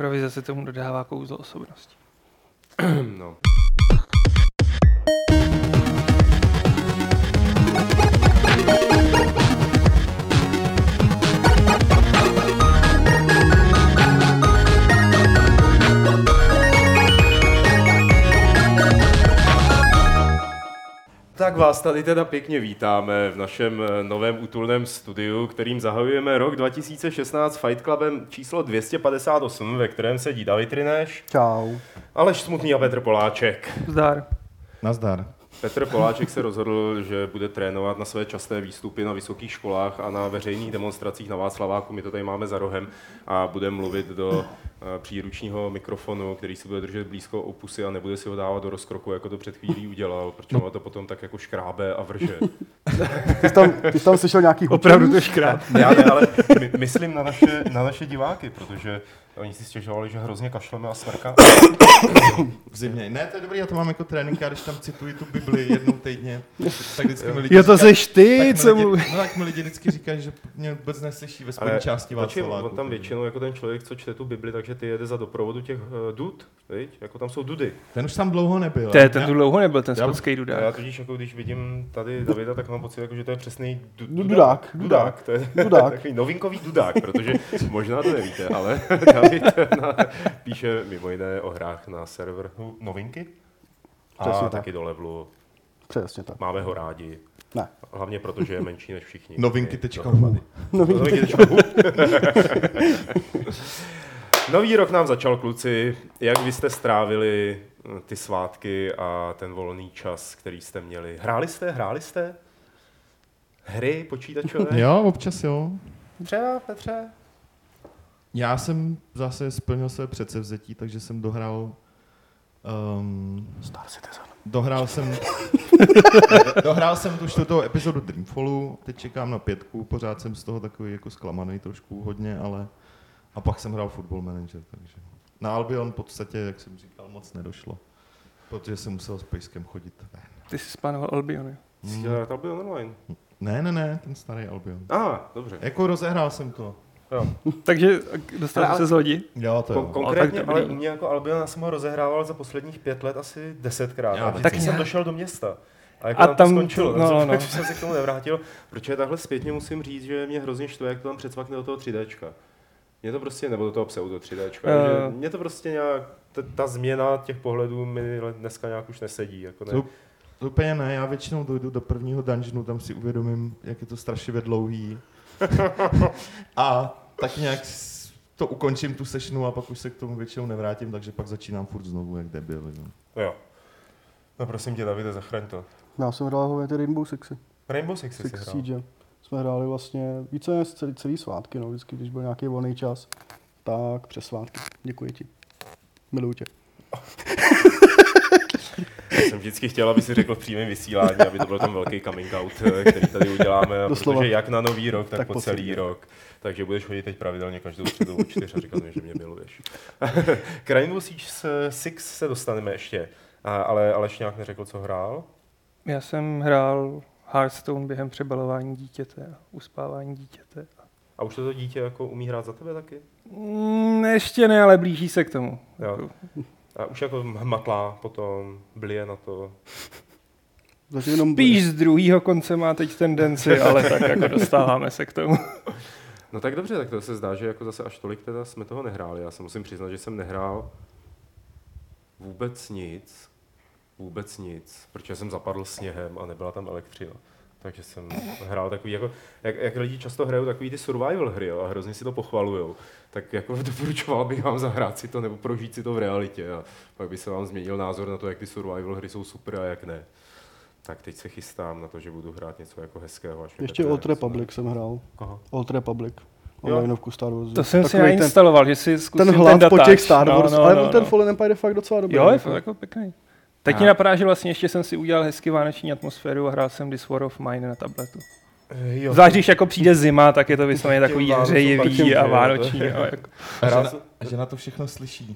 improvizace tomu dodává kouzlo osobnosti. No. Tak vás tady teda pěkně vítáme v našem novém útulném studiu, kterým zahajujeme rok 2016 Fight Clubem číslo 258, ve kterém sedí David Ryneš. Čau. Aleš Smutný a Petr Poláček. Zdar. Nazdar. Petr Poláček se rozhodl, že bude trénovat na své časté výstupy na vysokých školách a na veřejných demonstracích na Václaváku. My to tady máme za rohem a bude mluvit do příručního mikrofonu, který si bude držet blízko u pusy a nebude si ho dávat do rozkroku, jako to před chvílí udělal, protože to potom tak jako škrábe a vrže. Ty jsi tam slyšel nějaký hučení? Opravdu to škrát. Já ne, ale myslím na naše diváky, protože oni si stěžovali, že hrozně kašleme a smrká. V zimě. Ne, to je dobrý, já to mám jako trénink, já když tam cituji tu Bibli jednou týdně, tak vždycky mi lidi Jo, to seš ty, co mu... No tak mi lidi vždycky říkají, že mě vůbec neslyší ve spodní části Václaváku. On tam většinou jako ten člověk, co čte tu Bibli, takže ty jede za doprovodu těch dud, viď? Jako tam jsou dudy. Ten už tam dlouho nebyl. Ten tu dlouho nebyl, ten skotský dudák. Já totiž, jako když vidím tady Davida, tak mám pocit, jako, že to je přesný dudák. To je takový novinkový dudák, protože možná to nevíte, ale David píše mimo jiné o hrách na serveru Novinky a Přesně taky do levelu. Přesně tak. Máme ho rádi. Ne. Hlavně proto, že je menší než všichni. Novinky.hu. Novinky.hu. Nový rok nám začal, kluci. Jak vy jste strávili ty svátky a ten volný čas, který jste měli? Hráli jste? Hry počítačové? Jo, občas jo. Třeba, Petře? Já jsem zase splnil své předsevzetí, takže jsem dohrál... Star Citizen. Dohrál jsem tu 4. epizodu Dreamfallu, teď čekám na 5, pořád jsem z toho takový jako zklamaný trošku hodně, ale... A pak jsem hrál Football Manager, takže... Na Albion v podstatě, jak jsem říkal, moc nedošlo, protože jsem musel s pejskem chodit ven. Ty jsi spánoval Albion, jo? Jsi chtěl hrát Albion Online? Ne, ten starý Albion. Dobře. Jako rozehrál jsem to. Jo. Takže dostal se z lodi? Jo, to jo. Konkrétně, ale u mě jako Albion, já jsem ho rozehrával za posledních 5 let asi 10krát. Já, a tak jsem došel do města. A jako a tam to skončilo, takže jsem se k tomu nevrátil, protože takhle zpětně musím říct, že mě hrozně štve, jak to tam přecvakne do toho 3Dčka. Mě to prostě, nebo do toho pseudo 3Dčka, mě to prostě nějak, ta změna těch pohledů mi dneska nějak už nesedí. Jako ne. To úplně ne, já většinou dojdu do prvního dungeonu, tam si uvědomím, jak je to strašlivě dlouhý. A tak nějak to ukončím tu sessionu a pak už se k tomu většinou nevrátím, takže pak začínám furt znovu, jak debil. Jo. No prosím tě, Davide, zachraň to. Já jsem hrál hlavně ty Rainbow Sixy. Rainbow Sixy si hrál. Siege. Jsme hráli vlastně více celý svátky, no, vždycky, když byl nějaký volný čas, tak přes svátky. Děkuji ti. Miluji tě. Já jsem vždycky chtěl, aby si řekl v přímém vysílání, aby to byl ten velký coming out, který tady uděláme, protože jak na nový rok, tak po celý rok. Takže budeš chodit teď pravidelně každou středu od 4 a říkat mi, že mě miluješ. K Rainbow Six se dostaneme ještě, ale Aleš nějak neřekl, co hrál? Já jsem hrál Hearthstone během přebalování dítěte a uspávání dítěte. A už to dítě jako umí hrát za tebe taky? Ještě ne, ale blíží se k tomu. Jo. A už jako hmatlá potom, blije na to. Spíš z druhého konce má teď tendenci, ale tak jako dostáváme se k tomu. No tak dobře, tak to se zdá, že jako zase až tolik teda jsme toho nehráli. Já se musím přiznat, že jsem nehrál vůbec nic, protože jsem zapadl sněhem a nebyla tam elektřina. Takže jsem hrál takový, jako, jak lidi často hrajou takový ty survival hry, jo, a hrozně si to pochvalujou, tak jako doporučoval bych vám zahrát si to nebo prožít si to v realitě a pak by se vám změnil názor na to, jak ty survival hry jsou super a jak ne. Tak teď se chystám na to, že budu hrát něco jako hezkého. Ještě Old Republic jsem hrál. Koho? Old Republic. Onlineovku Star Wars. To jsem si nainstaloval, že si zkusím ten hlad po těch Star Wars, ale ten Fallen Empire je fakt docela dobrý. Jo, je fakt jako pěkný. Teď mi napadá, že vlastně ještě jsem si udělal hezky vánoční atmosféru a hrál jsem This War of Mine na tabletu. Zvlášť, když jako přijde zima, tak je to vysloveně takový hřejivý a vánoční. A že na to všechno slyší.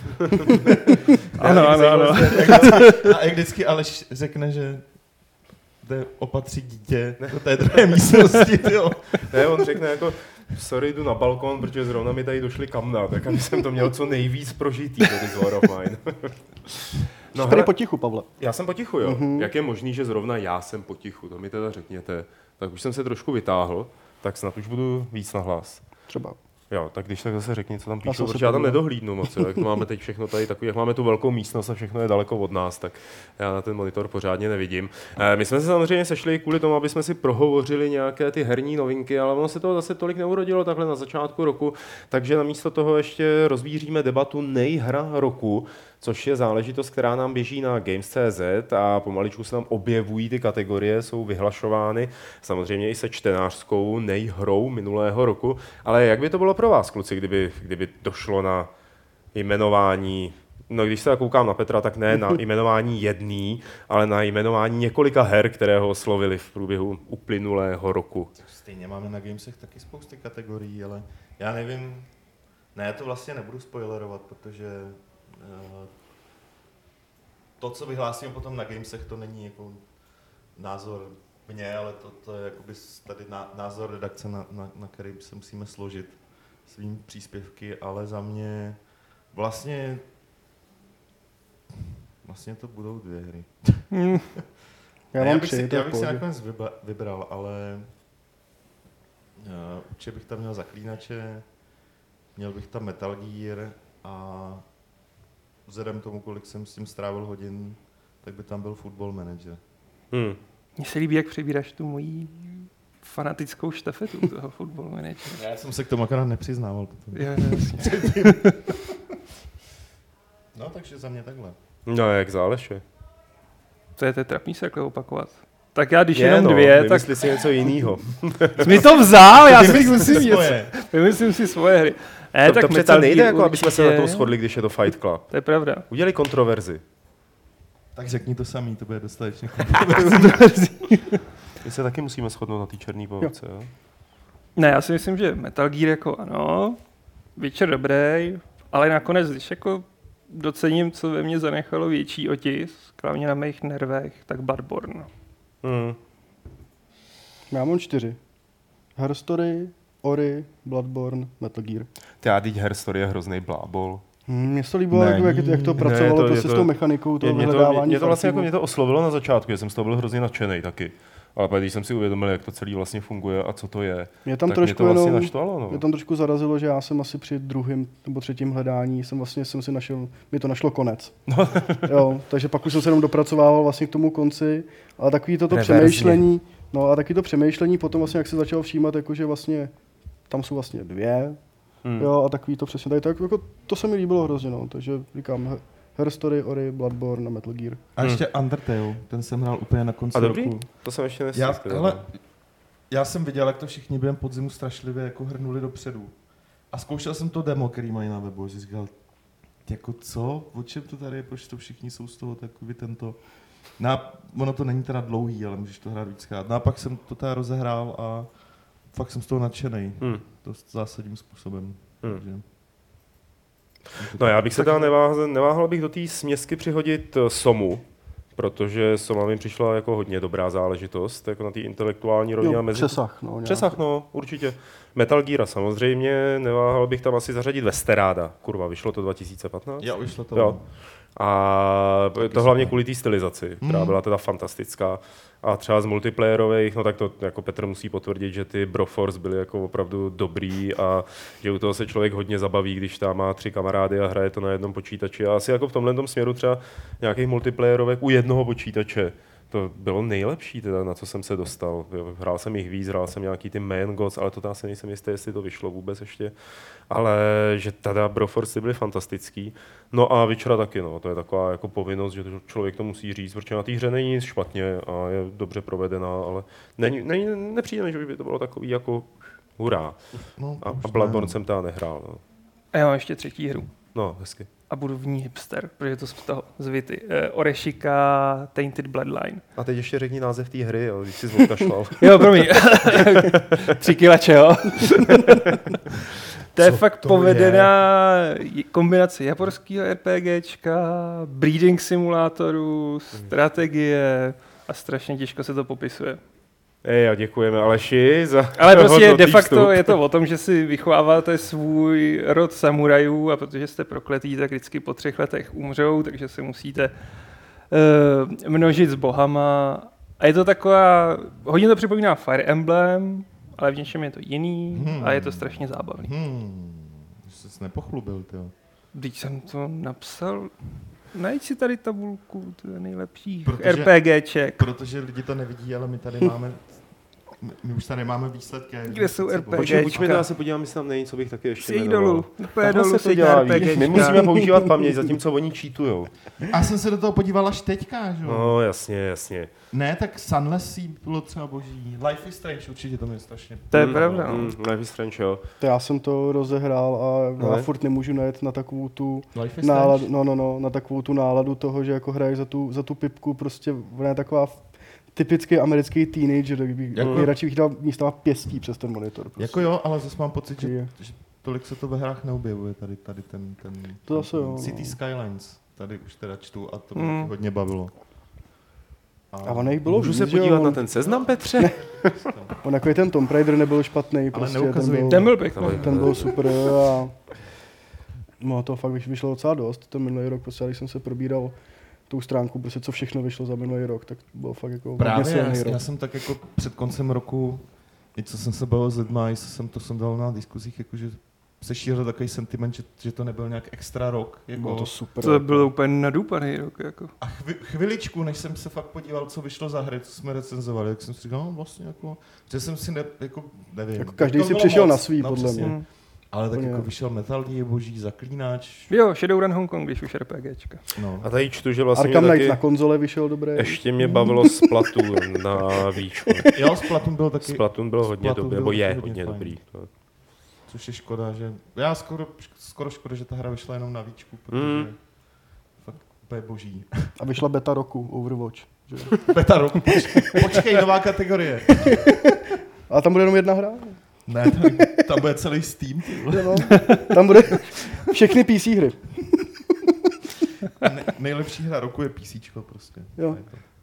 Ano. A jak vždycky Aleš řekne, že jde opatřit dítě do té druhé místnosti, jo. Ne, on řekne jako, sorry, jdu na balkon, protože zrovna mi tady došly kamna, tak aby jsem to měl co nejvíc prožitý, to This War of Mine. No, tady potichu, Pavle. Já jsem potichu, jo. Jak je možný, že zrovna já jsem potichu, to mi teda řekněte. Tak už jsem se trošku vytáhl, tak snad už budu víc nahlas. Třeba. Jo, tak když tak zase řekni, co tam píšou, protože já tam nedohlídnu moc, jo. Jak máme teď všechno tady takový, jak máme tu velkou místnost a všechno je daleko od nás, tak já na ten monitor pořádně nevidím. My jsme se samozřejmě sešli kvůli tomu, aby jsme si prohovořili nějaké ty herní novinky, ale ono se toho zase tolik neurodilo takhle na začátku roku, takže namísto toho ještě rozvíříme debatu nejhra roku, což je záležitost, která nám běží na Games.cz a pomaličku se nám objevují ty kategorie, jsou vyhlašovány samozřejmě i se čtenářskou nejhrou minulého roku. Ale jak by to bylo pro vás, kluci, kdyby došlo na jmenování, no když se tak koukám na Petra, tak ne na jmenování jedný, ale na jmenování několika her, které ho oslovili v průběhu uplynulého roku. Stejně máme na Gamesech taky spousty kategorií, ale já nevím, ne, to vlastně nebudu spoilerovat, protože to, co vyhlásím potom na Gamesech, to není jako názor mě, ale to je jakoby tady názor redakce, na který se musíme složit svým příspěvky, ale za mě vlastně to budou 2 hry. Já bych si nakonec vybral, ale určitě bych tam měl Zaklínače, měl bych tam Metal Gear a vzhledem tomu, kolik jsem s tím strávil hodin, tak by tam byl Football Manager. Mně se líbí, jak přebíráš tu mojí fanatickou štafetu toho Football Managera. Já jsem se k tomu akorát nepřiznával. No, takže za mě takhle. No, jak Záleše. To je trapný se takhle opakovat. Tak já, když jenom 2, tak... Vymysli si něco jinýho. Jsi mi to vzal, já si vymyslím si svoje hry. To přece nejde, jako aby jsme se na tom shodli, když je to Fight Club. To je pravda. Udělali kontroverzi. Tak řekni to samý, to bude dostatečně kontroverzí. My se taky musíme shodnout na té černé povodce, jo? Ne, já si myslím, že Metal Gear jako ano, Witcher dobrý, ale nakonec, když jako docením, co ve mně zanechalo větší otisk, hlavně na mých nervech, tak Bloodborne. Já mám 4. Her Story, Ori, Bloodborne, Metal Gear. Teď Her Story je hrozný blábol. Mně se líbilo, jak to pracovalo prostě s tou mechanikou toho vyhledávání. Mě to vlastně jako mě to oslovilo na začátku, že jsem z toho byl hrozně nadšenej taky. Ale pak, když jsem si uvědomil, jak to celý vlastně funguje a co to je, mě tam tak trošku mě to vlastně naštvalo. No. Mě tam trošku zarazilo, že já jsem asi při 2. nebo 3. hledání jsem si našel, mi to našlo konec. Jo, takže pak už jsem se jenom dopracovával vlastně k tomu konci, ale takový toto přemýšlení, a taky to přemýšlení potom vlastně, jak se začal všímat, jakože vlastně tam jsou vlastně 2, jo, a takový to přesně tady, tak jako to se mi líbilo hrozně, no, takže říkám, Her Story, Ori, Bloodborne a Metal Gear. A ještě Undertale, ten jsem hrál úplně na konci roku. To jsem ještě neslyšel. Já jsem viděl, jak to všichni během podzimu strašlivě jako hrnuli dopředu. A zkoušel jsem to demo, který mají na webu, že říkal, jako co, o čem to tady je, proč to všichni jsou z toho takový tento... Ono to není teda dlouhý, ale můžeš to hrát víckrát. No a pak jsem to teda rozehrál a fakt jsem z toho nadšenej. Dost zásadním způsobem. Takže... No já bych se teda neváhal bych do té směsky přihodit Somu, protože Soma mi přišla jako hodně dobrá záležitost, jako na té intelektuální rovině. Přesah, určitě. Metal Gear samozřejmě, neváhal bych tam asi zařadit Westeráda. Kurva, vyšlo to 2015? Jo, vyšlo to. Jo. A to hlavně kvůli té stylizaci, která byla teda fantastická. A třeba z multiplayerových, no tak to jako Petr musí potvrdit, že ty Broforce byly jako opravdu dobrý a že u toho se člověk hodně zabaví, když tam má 3 kamarády a hraje to na jednom počítači. A asi jako v tomhle směru třeba nějakých multiplayerovek u jednoho počítače. To bylo nejlepší, teda, na co jsem se dostal. Hrál jsem jich víc, hrál jsem nějaký ty Main Gods, ale to asi nejsem jistý, jestli to vyšlo vůbec ještě. Ale že teda Broforce byly fantastický. No a Witchera taky, no. To je taková jako povinnost, že člověk to musí říct, protože na té hře není nic špatně a je dobře provedená, ale nepřijde mi, že by to bylo takový jako hurá. No, a Bloodborne jsem teda nehrál. No. A já mám ještě 3. hru. No, hezky. A budu v ní hipster, protože to z toho zvity. Oreshika Tainted Bloodline. A teď ještě řekni název té hry, jo, když jsi zvokašlal. Jo, promiň. 3 kilače, jo. To je fakt povedená kombinace japonského RPGčka, breeding simulátoru, strategie a strašně těžko se to popisuje. Jo, děkujeme Aleši za Ale prostě hodnotný de facto vstup. je to o tom, že si vychováváte svůj rod samurajů a protože jste prokletí, tak vždycky po 3 letech umřou, takže se musíte množit s bohama. A je to taková, hodně to připomíná Fire Emblem, ale v něčem je to jiný a je to strašně zábavný. Jsi nepochlubil, tyjo. Když jsem to napsal, najď si tady tabulku nejlepších Protože- RPGček. Protože lidi to nevidí, ale my tady máme... My už tady máme výsledky. Kde jsou RPG? Buď mi to, já se podívám, jestli tam není, co bych taky ještě Sej jmenoval. dolů, úplně Takhle dolů se to si dělá, na víš. RPGčka. My musíme používat paměť, zatímco oni cheatujou. A jsem se do toho podíval až teďka, že jo? No, jasně. Ne, tak Sunless Sea bylo třeba boží. Life is Strange určitě to mě strašně... To je pravda, no. Life is Strange, jo. To já jsem to rozehrál a No. já furt nemůžu najet na takovou tu Life is náladu, Strange? na takovou tu náladu toho, že jako hraješ za tu pipku, prostě ona je taková typický americký teenager, tak bych Jako- nejradši bych dal místama pěstí přes ten monitor. Prostě. Jako jo, ale zase mám pocit, Je. že tolik se to ve hrách neobjevuje, tady ten To zase jo, no. City Skylines, tady už teda čtu a to mě taky hodně bavilo. A ono jich bylo Můžu víc, se že jo? podívat na ten seznam, Petře? On jako ten Tomb Raider nebyl špatný, prostě neukazuj. Ten byl pěkný. ten byl super a no to fakt vyšlo docela dost, ten minulý rok, prostě když jsem se probíral tou stránku, prostě co všechno vyšlo za minulý rok, tak bylo fakt jako hodně Právě, silný rok. já jsem tak jako před koncem roku, i co jsem se bavil s lidma, i to jsem dal na diskuzích, jakože se šířil takový sentiment, že to nebyl nějak extra rok. Jako, Bylo to super. To bylo úplně nadúpaný rok, jako. A chviličku, než jsem se fakt podíval, co vyšlo za hry, co jsme recenzovali, tak jsem si říkal, no vlastně jako, že jsem si nevím. Jako každý to si bylo přišel moc, na svý, no, podle přesně. mě. Ale tak Úplně. jako vyšel Metal Gear, boží Zaklínač. Jo, Shadowrun Hongkong, když už RPGčka. No. A tady čtu, že vlastně Arkham mě Knight na taky konzole vyšel dobré. ještě mě bavilo Splatoon na výčku. Jo, Splatoon byl taky, Splatoon byl hodně Splatoon dobrý, byl nebo je taky hodně fajn. dobrý. No. Což je škoda, že... Já skoro škoda, že ta hra vyšla jenom na výčku, protože fakt úplně boží. A vyšla beta roku Overwatch. Že? jo? Beta roku, počkej, nová kategorie. A tam bude jenom jedna hra? Ne, tam bude celý Steam. Ty vole. No, tam bude všechny PC hry. Nejlepší hra roku je PCčko prostě. Jo.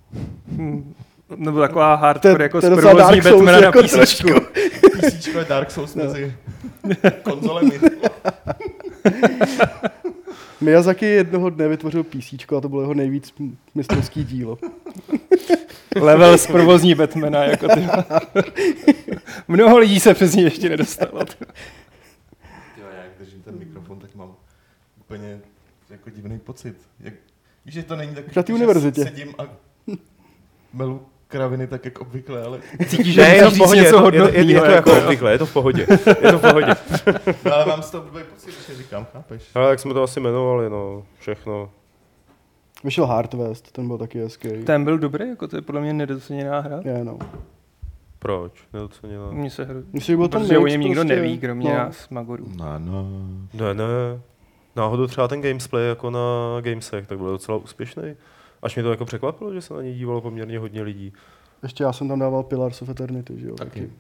Nebo taková hardcore, jako to je z docela provozní Dark Souls, Batmana na jako písečku. PCčko je Dark Souls mezi konzolemi. Miyazaki jednoho dne vytvořil PC a to bylo jeho nejvíc mistrovský dílo. Level z provozní Batmana, jako ty. Mnoho lidí se přes ní ještě nedostalo. Jo, já jak držím ten mikrofon, tak mám úplně jako divný pocit. Víš, že to není tak, Na té že univerzitě. sedím a melu kraviny tak jak obvykle, ale, Cítíš, že Ne, je to musíš v říct pohodě, něco je to hodnotného. jako obvykle, je to v pohodě. Je to v pohodě. no, ale mám z toho blbý pocit, že říkám, chápeš? Ale jak jsme to asi jmenovali, no, všechno. Vyšel Hard West, ten byl taky hezký. Ten byl dobrý, jako to je podle mě nedoceněná hra. Je, no. Proč? Nedocenila. Mně se Myslím, že byl ten protože o mix něm nikdo prostě, neví, kromě no. nás, magorů. No. Ne. Náhodou třeba ten gamesplay jako na Gamesech, tak byl docela úspěšný. Až mě to jako překvapilo, že se na něj dívalo poměrně hodně lidí. Ještě já jsem tam dával Pillars of Eternity, že jo? Taky.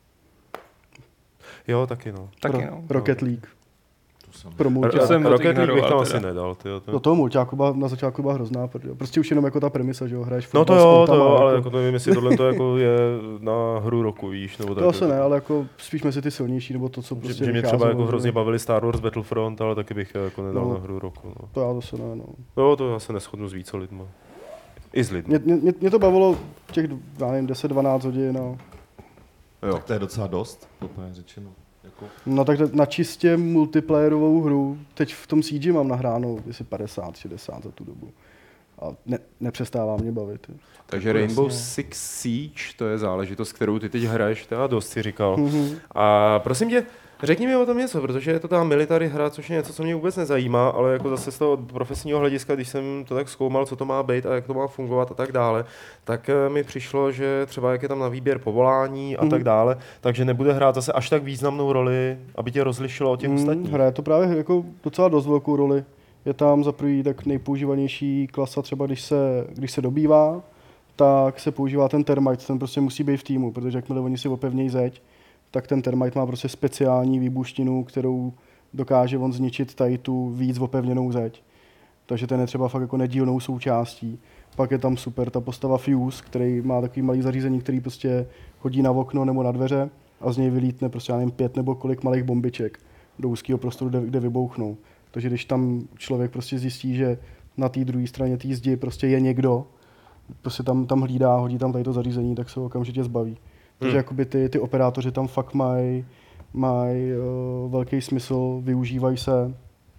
Jo, taky no. Taky no. Rocket League. To jsem... Pro mulťák. jsem Rocket League bych odignoroval tam teda. asi nedal. Tyjo, Do toho mulťáku byla, na začátku byla hrozná, protože prostě už jenom jako ta premisa, že jo, hraješ No to fotbal s jo, autama, ale jako nevím, jestli tohle to jako je na hru roku, víš, nebo tak. to asi ne, ale jako spíš mezi ty silnější, nebo to, co prostě že mě třeba vycházelo, jako že- hrozně bavili Star Wars Battlefront, ale taky bych je jako nedal No. na hru roku. No. To já zase ne, no. Jo, to já se neshodnu s více lidma. I s lidmi. Mě to bavilo těch, já nevím, 10-12 hodin, no. Jo. Tak to je docela dost, to je řečeno. Jako... No tak na čistě multiplayerovou hru, teď v tom Siege mám nahráno jestli 50-60 za tu dobu. A nepřestává mě bavit. Takže Rainbow jasně. Six Siege, to je záležitost, kterou ty teď hraješ, to já dost si říkal. Mhm. A prosím tě, řekni mi o tom něco, protože je to ta military hra, což je něco, co mě vůbec nezajímá, ale jako zase z toho profesního hlediska, když jsem to tak zkoumal, co to má být a jak to má fungovat a tak dále, tak mi přišlo, že třeba jak je tam na výběr povolání a tak dále, takže nebude hrát zase až tak významnou roli, aby tě rozlišilo od těch ostatních. Hraje to právě jako docela dost velkou roli. Je tam za prvý tak nejpoužívanější klasa, třeba když se dobývá, tak se používá ten termite, ten prostě musí být v týmu, protože jakmile oni si opevnějí zeď, tak ten termite má prostě speciální výbušninu, kterou dokáže on zničit tady tu víc opevněnou zeď. Takže ten je třeba fakt jako nedílnou součástí. Pak je tam super ta postava Fuse, který má takový malý zařízení, který prostě hodí na okno nebo na dveře a z něj vylítne prostě, já nevím, 5 nebo kolik malých bombiček do úzkého prostoru, kde vybouchnou. Takže když tam člověk prostě zjistí, že na té druhé straně té zdi prostě je někdo, prostě tam hlídá, hodí tam tady to zařízení, tak se ho okamžitě zbaví. Takže jakoby ty operátoři tam fakt mají velký smysl, využívají se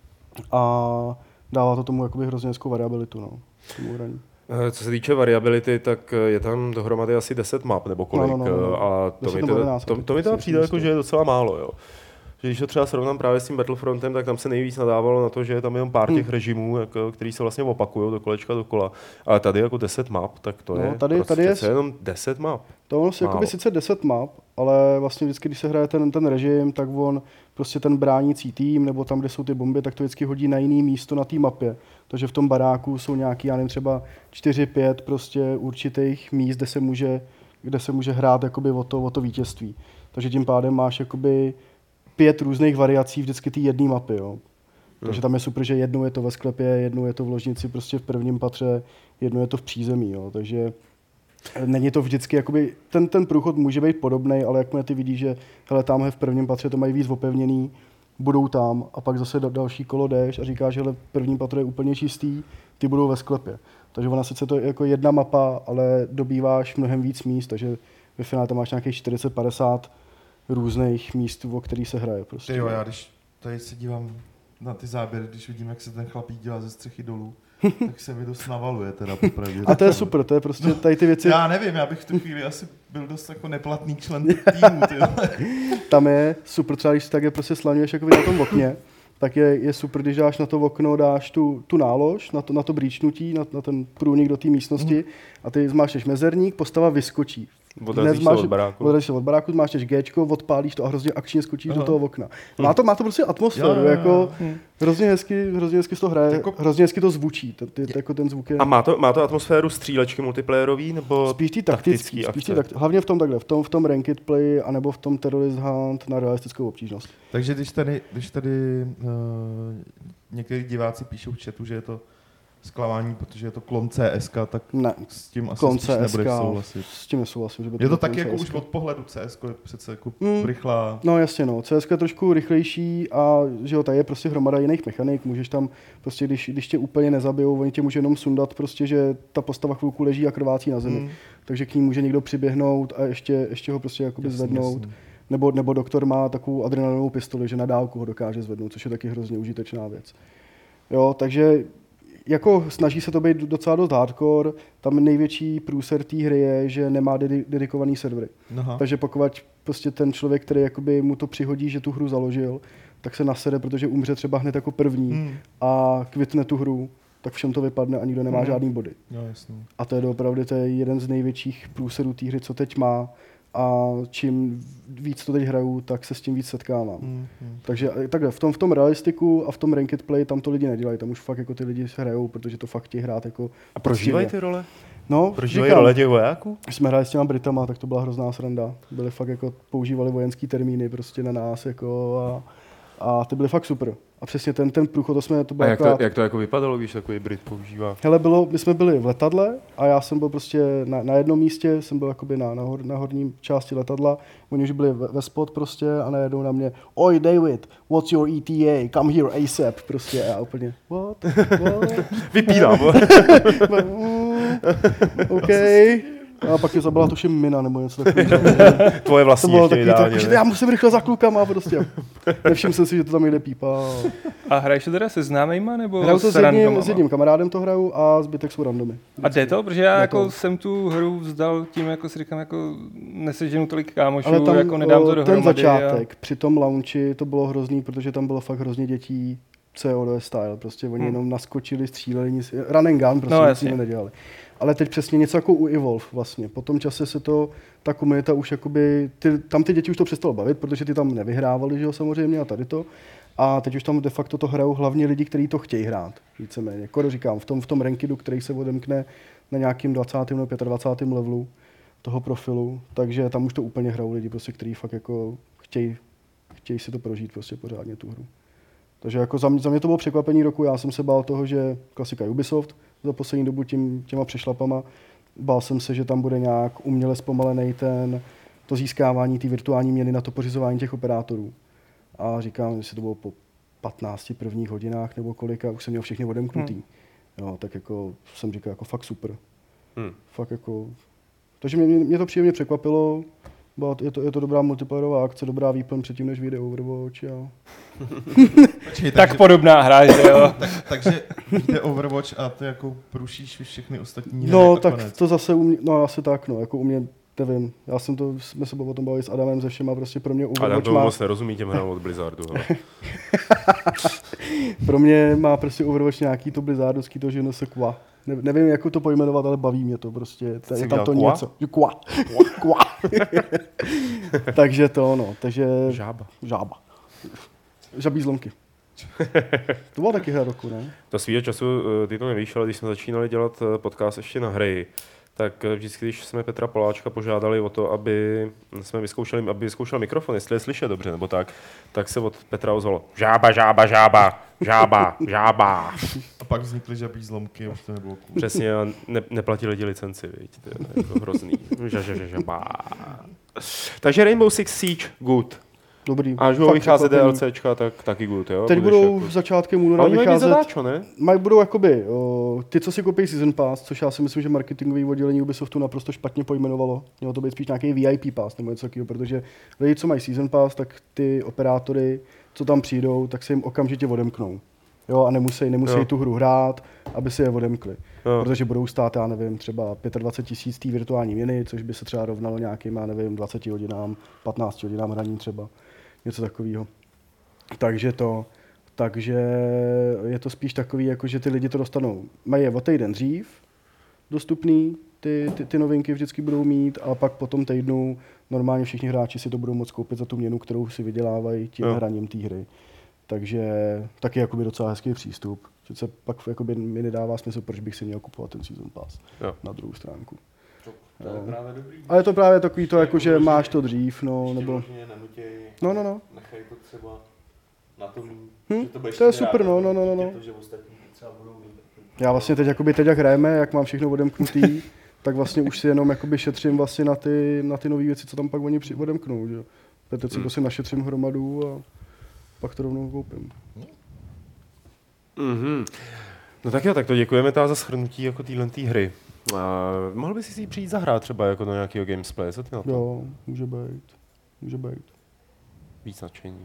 a dává to tomu jakoby hrozně hezkou variabilitu, no, tomu hraní. Co se týče variability, tak je tam dohromady asi 10 map nebo kolik. No. A to mi teda přijde jako, že je docela málo. Jo. Že když to třeba srovnám právě s tím Battlefrontem, tak tam se nejvíc nadávalo na to, že je tam jenom pár těch režimů, jako, který se vlastně opakují do kolečka dokola. Ale tady jako 10 map, tak to je tady je jenom 10 map. To ono je sice 10 map, ale vlastně vždycky, když se hraje ten režim, tak on prostě ten bránící tým, nebo tam, kde jsou ty bomby, tak to vždycky hodí na jiný místo na té mapě. Takže v tom baráku jsou nějaký, já nevím, třeba 4-5 prostě určitých míst, kde se může hrát jakoby o to vítězství. Takže tím pádem máš jakoby 5 různých variací vždycky té jedné mapy, jo. Takže tam je super, že jednou je to ve sklepě, jednou je to v ložnici prostě v prvním patře, jednou je to v přízemí, jo. Takže není to vždycky, jakoby, ten průchod může být podobný, ale jakmile ty vidíš, že hele, tamhle v prvním patře to mají víc opevněný, budou tam a pak zase další kolo jdeš a říkáš, že první patro je úplně čistý, ty budou ve sklepě. Takže ona sice to je jako jedna mapa, ale dobýváš mnohem víc míst, takže ve finále tam máš nějakých 40-50 různých míst, o který se hraje. Prostě. Jo, já když tady se dívám na ty záběry, když vidím, jak se ten chlapík dělá ze střechy dolů, tak se mi dost navaluje teda popravdě. A to je super, to je prostě tady ty věci. Já nevím, já bych v tu chvíli asi byl dost jako neplatný člen týmu. Tam je super, třeba když tak je prostě slaňuješ jako na tom okně, tak je super, když dáš na to okno, dáš tu nálož, na to brýčnutí, na ten průnik do té místnosti a ty zmášneš mezerník, postava vyskočí. Odrazíš se od baráku, zmášneš Gčko, odpálíš to a hrozně akčně skočíš do toho okna. Má to prostě atmosféru, jako hrozně hezky to hraje, jako, hrozně hezky to zvučí, jako ten zvuk je. A má to atmosféru střílečky multiplayerový, nebo spíš ty taktický, hlavně v tom takhle, v tom ranked play, anebo v tom terrorist hunt na realistickou obtížnost. Takže když tady někteří diváci píšou v chatu, že je to zklamání, protože je to klon CSK, tak ne, s tím asi spíš nebudeš souhlasit. S tím nesouhlasím. Že by je to taky jako už od pohledu CSK je přece jako rychlá. No jasně, no. CSK je trošku rychlejší a že jo, tady je prostě hromada jiných mechanik. Můžeš tam prostě, když tě úplně nezabijou, oni tě může jenom sundat prostě, že ta postava chvilku leží a krvácí na zemi. Takže k ní může někdo přiběhnout a ještě ho prostě jakoby zvednout. Nebo doktor má takovou adrenalinovou pistoli, že na dálku ho dokáže zvednout, což je taky hrozně užitečná věc. Jo, takže jako snaží se to být docela dost hardcore, tam největší průser té hry je, že nemá dedikovaný servery. Aha. Takže pokud prostě ten člověk, který jakoby mu to přihodí, že tu hru založil, tak se nasede, protože umře třeba hned jako první a kvitne tu hru, tak všem to vypadne a nikdo nemá žádný body. No, jasný. A to je opravdu jeden z největších průserů té hry, co teď má. A čím víc to teď hraju, tak se s tím víc setkávám. Takže takhle, v tom realistiku a v tom ranked play tam to lidi nedělají, tam už fakt jako ty lidi hrajou, protože to fakt chtějí hrát jako. A prožívají ty role? No, prožívají role těch vojáků? Jsme hráli s těma Britama, tak to byla hrozná sranda. Byli fakt jako, používali vojenský termíny prostě na nás jako a ty byly fakt super. A přesně ten průchod, to bylo jak to jako vypadalo, když takový Brit používá? Hele, my jsme byli v letadle a já jsem byl prostě na jednom místě, jsem byl jakoby na horní části letadla, oni už byli ve spot prostě a najednou na mě, oj David, what's your ETA, come here ASAP, prostě a já úplně, what? Vypínám. OK. A pak je zabila tuším mina nebo něco takového. Tvoje vlastní ještě ideálně. Já musím rychle za klukama prostě. Nevšiml jsem si, že to tam někde pípá. A hraješ to teda se známejma nebo hraju to s jedním kamarádem to hraju a zbytek jsou randomy. A jde to? Protože já jako jsem tu hru vzdal tím, jako si říkám, jako neseženu tolik kámošů, ale tam, jako nedám to dohromady. Ten začátek, při tom launchi to bylo hrozný, protože tam bylo fakt hrozně dětí COD style, prostě oni jenom naskočili, stříleli, nic, run and gun, prostě nic nedělali. Ale teď přesně něco jako u Evolve vlastně. Po tom čase se ta komunita už jakoby, tam ty děti už to přestalo bavit, protože ty tam nevyhrávali, že jo, samozřejmě, a tady to. A teď už tam de facto to hrajou hlavně lidi, kteří to chtějí hrát, víceméně. Jako říkám, v tom rankidu, který se odemkne na nějakým 20. nebo 25. levelu toho profilu, takže tam už to úplně hrajou lidi, prostě, kteří fakt jako chtějí si to prožít prostě pořádně tu hru. Takže jako za mě to bylo překvapení roku, já jsem se bál toho, že klasika Ubisoft, za poslední dobu těma přešlapama. Bál jsem se, že tam bude nějak uměle zpomalený to získávání té virtuální měny na to pořizování těch operátorů. A říkám, jestli to bylo po 15 prvních hodinách nebo kolika, už jsem měl všechny odemknutý. Jo, tak jako jsem říkal, jako fakt super. Fakt jako... Takže mě to příjemně překvapilo. Je to dobrá multiplayerová akce, dobrá výplň předtím, než vyjde Overwatch. Počkej, Tak podobná hra, že jo? takže vyjde Overwatch a ty jako průšíš všechny ostatní hry. No, tak konec. To zase u mě, no asi tak, no, jako u mě, nevím, jsme se o tom bavili s Adamem, se všema, prostě pro mě Overwatch Adam to moc nerozumí těm hrám od Blizzardu. Pro mě má prostě Overwatch nějaký to blizzardovský, to že se kva. Nevím, jak to pojmenovat, ale baví mě to prostě. Je tam to kua? něco. Kva. Takže to, no. Takže... Žába. Žabí zlomky. To byla taky hra roku, ne? To svýho času, ty to nevíš, ale když jsme začínali dělat podcast ještě na hry, tak vždycky, když jsme Petra Poláčka požádali o to, aby vyzkoušel mikrofon, jestli je slyšet dobře, nebo tak se od Petra ozvalo žába. A pak vznikly žabí zlomky a už to nebylo cool. Přesně, a neplatili lidi licenci, viď? To je jako hrozný. Žába. Takže Rainbow Six Siege, good. Dobrý. A až budou vycházet DLCčka, tak taky good, jo? Teď budou v začátkem února vycházet. Zadáčo, ne? Budou jakoby, ty, co si koupí Season Pass, což já si myslím, že marketingový oddělení Ubisoftu naprosto špatně pojmenovalo. Mělo to být spíš nějaký VIP pass nebo něco takového, protože lidi, co mají Season Pass, tak ty operátory, co tam přijdou, tak se jim okamžitě odemknou. Jo, a nemusí tu hru hrát, aby si je odemkli. Jo. Protože budou stát, já nevím, třeba 25 000 té virtuální měny, což by se třeba rovnalo nějakým, já nevím, 20 hodinám, 15 hodinám hraní třeba. Něco takového. Takže je to spíš takový, jako že ty lidi to dostanou. Mají je o týden dřív dostupný, ty novinky vždycky budou mít a pak po tom týdnu normálně všichni hráči si to budou moct koupit za tu měnu, kterou si vydělávají tím hraním té hry. Takže taky jakoby docela hezký přístup. Že se pak jakoby mi nedává smysl, proč bych si měl kupovat ten Season Pass na druhou stránku. To je právě dobrý. Ale je to právě takový to, jako, že máš to dřív, no, nebo... No. Nechají to třeba na tom, že to budeš to je super, no. To, že ostatní třeba budou mít. Já vlastně teď jak hrajeme, jak mám všechno odemknutý, tak vlastně už si jenom jakoby šetřím vlastně na ty nové věci, co tam pak oni odemknou, že jo. Teď si to si našetřím hromadu a pak to rovnou koupím. No tak jo, tak to děkujeme za shrnutí jako téhletý hry. Mohl bys si ji přijít zahrát třeba jako do nějakého gamesplay, co ty na to? Jo, může být. Víc nadšení.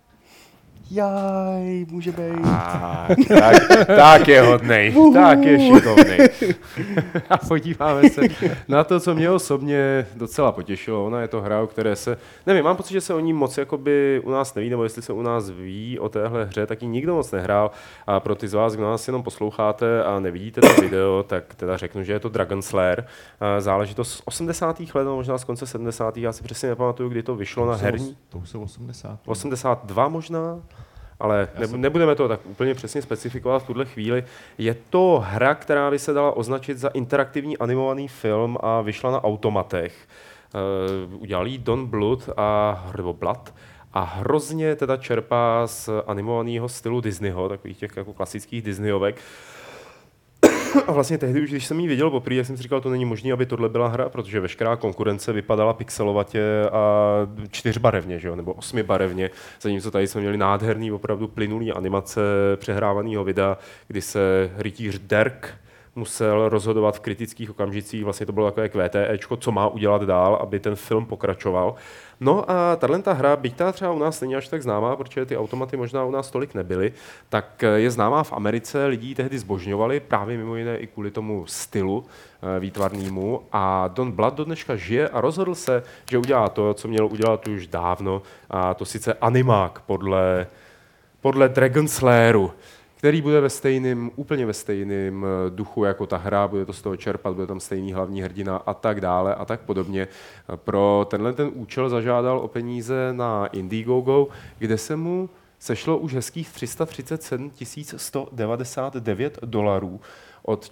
Jaj, může být. Tak je hodnej, tak je šikovnej. A podíváme se na to, co mě osobně docela potěšilo. Ona je to hra, o které se, nevím, mám pocit, že se o ní moc jakoby u nás neví, nebo jestli se u nás ví o téhle hře, tak ji nikdo moc nehrál. A pro ty z vás, kdo nás jenom posloucháte a nevidíte to video, tak teda řeknu, že je to Dragon Slayer. Záležitost z 80. let, možná z konce 70. Já si přesně nepamatuju, kdy to vyšlo na herní. To už jsou 80. 82 možná. Ale nebudeme to tak úplně přesně specifikovat v tuhle chvíli. Je to hra, která by se dala označit za interaktivní animovaný film a vyšla na automatech. Udělal jí Don Bluth a hrozně teda čerpá z animovaného stylu Disneyho, takových těch jako klasických Disneyovek. A vlastně tehdy, už když jsem ji viděl poprvé, jsem si říkal, to není možné, aby tohle byla hra, protože veškerá konkurence vypadala pixelovatě a 4barevně, že jo? Nebo 8barevně, zatímco tady jsme měli nádherný, opravdu plynulý animace přehrávaného videa, kdy se rytíř Dirk musel rozhodovat v kritických okamžicích, vlastně to bylo takové QTEčko, co má udělat dál, aby ten film pokračoval. No a tato hra, byť ta třeba u nás není až tak známá, protože ty automaty možná u nás tolik nebyly, tak je známá v Americe, lidi tehdy zbožňovali, právě mimo jiné i kvůli tomu stylu výtvarnému. A Don Bluth do dneška žije a rozhodl se, že udělá to, co měl udělat už dávno, a to sice animák podle Dragon Slayeru, který bude úplně ve stejném duchu jako ta hra, bude to z toho čerpat, bude tam stejný hlavní hrdina a tak dále a tak podobně. Pro ten účel zažádal o peníze na Indiegogo, kde se mu sešlo už hezkých $337 199 od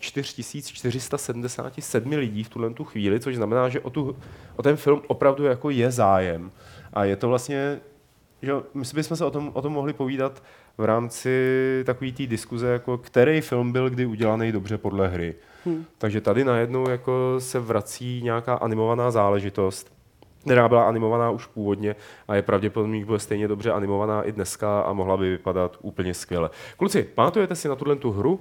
4477 lidí v tuhle chvíli, což znamená, že o ten film opravdu jako je zájem. A je to vlastně, že my bychom se o tom mohli povídat v rámci takové té diskuze, jako který film byl kdy udělaný dobře podle hry. Takže tady najednou jako se vrací nějaká animovaná záležitost, která byla animovaná už původně a je pravděpodobně, že bude stejně dobře animovaná i dneska a mohla by vypadat úplně skvěle. Kluci, pamatujete si na tu hru?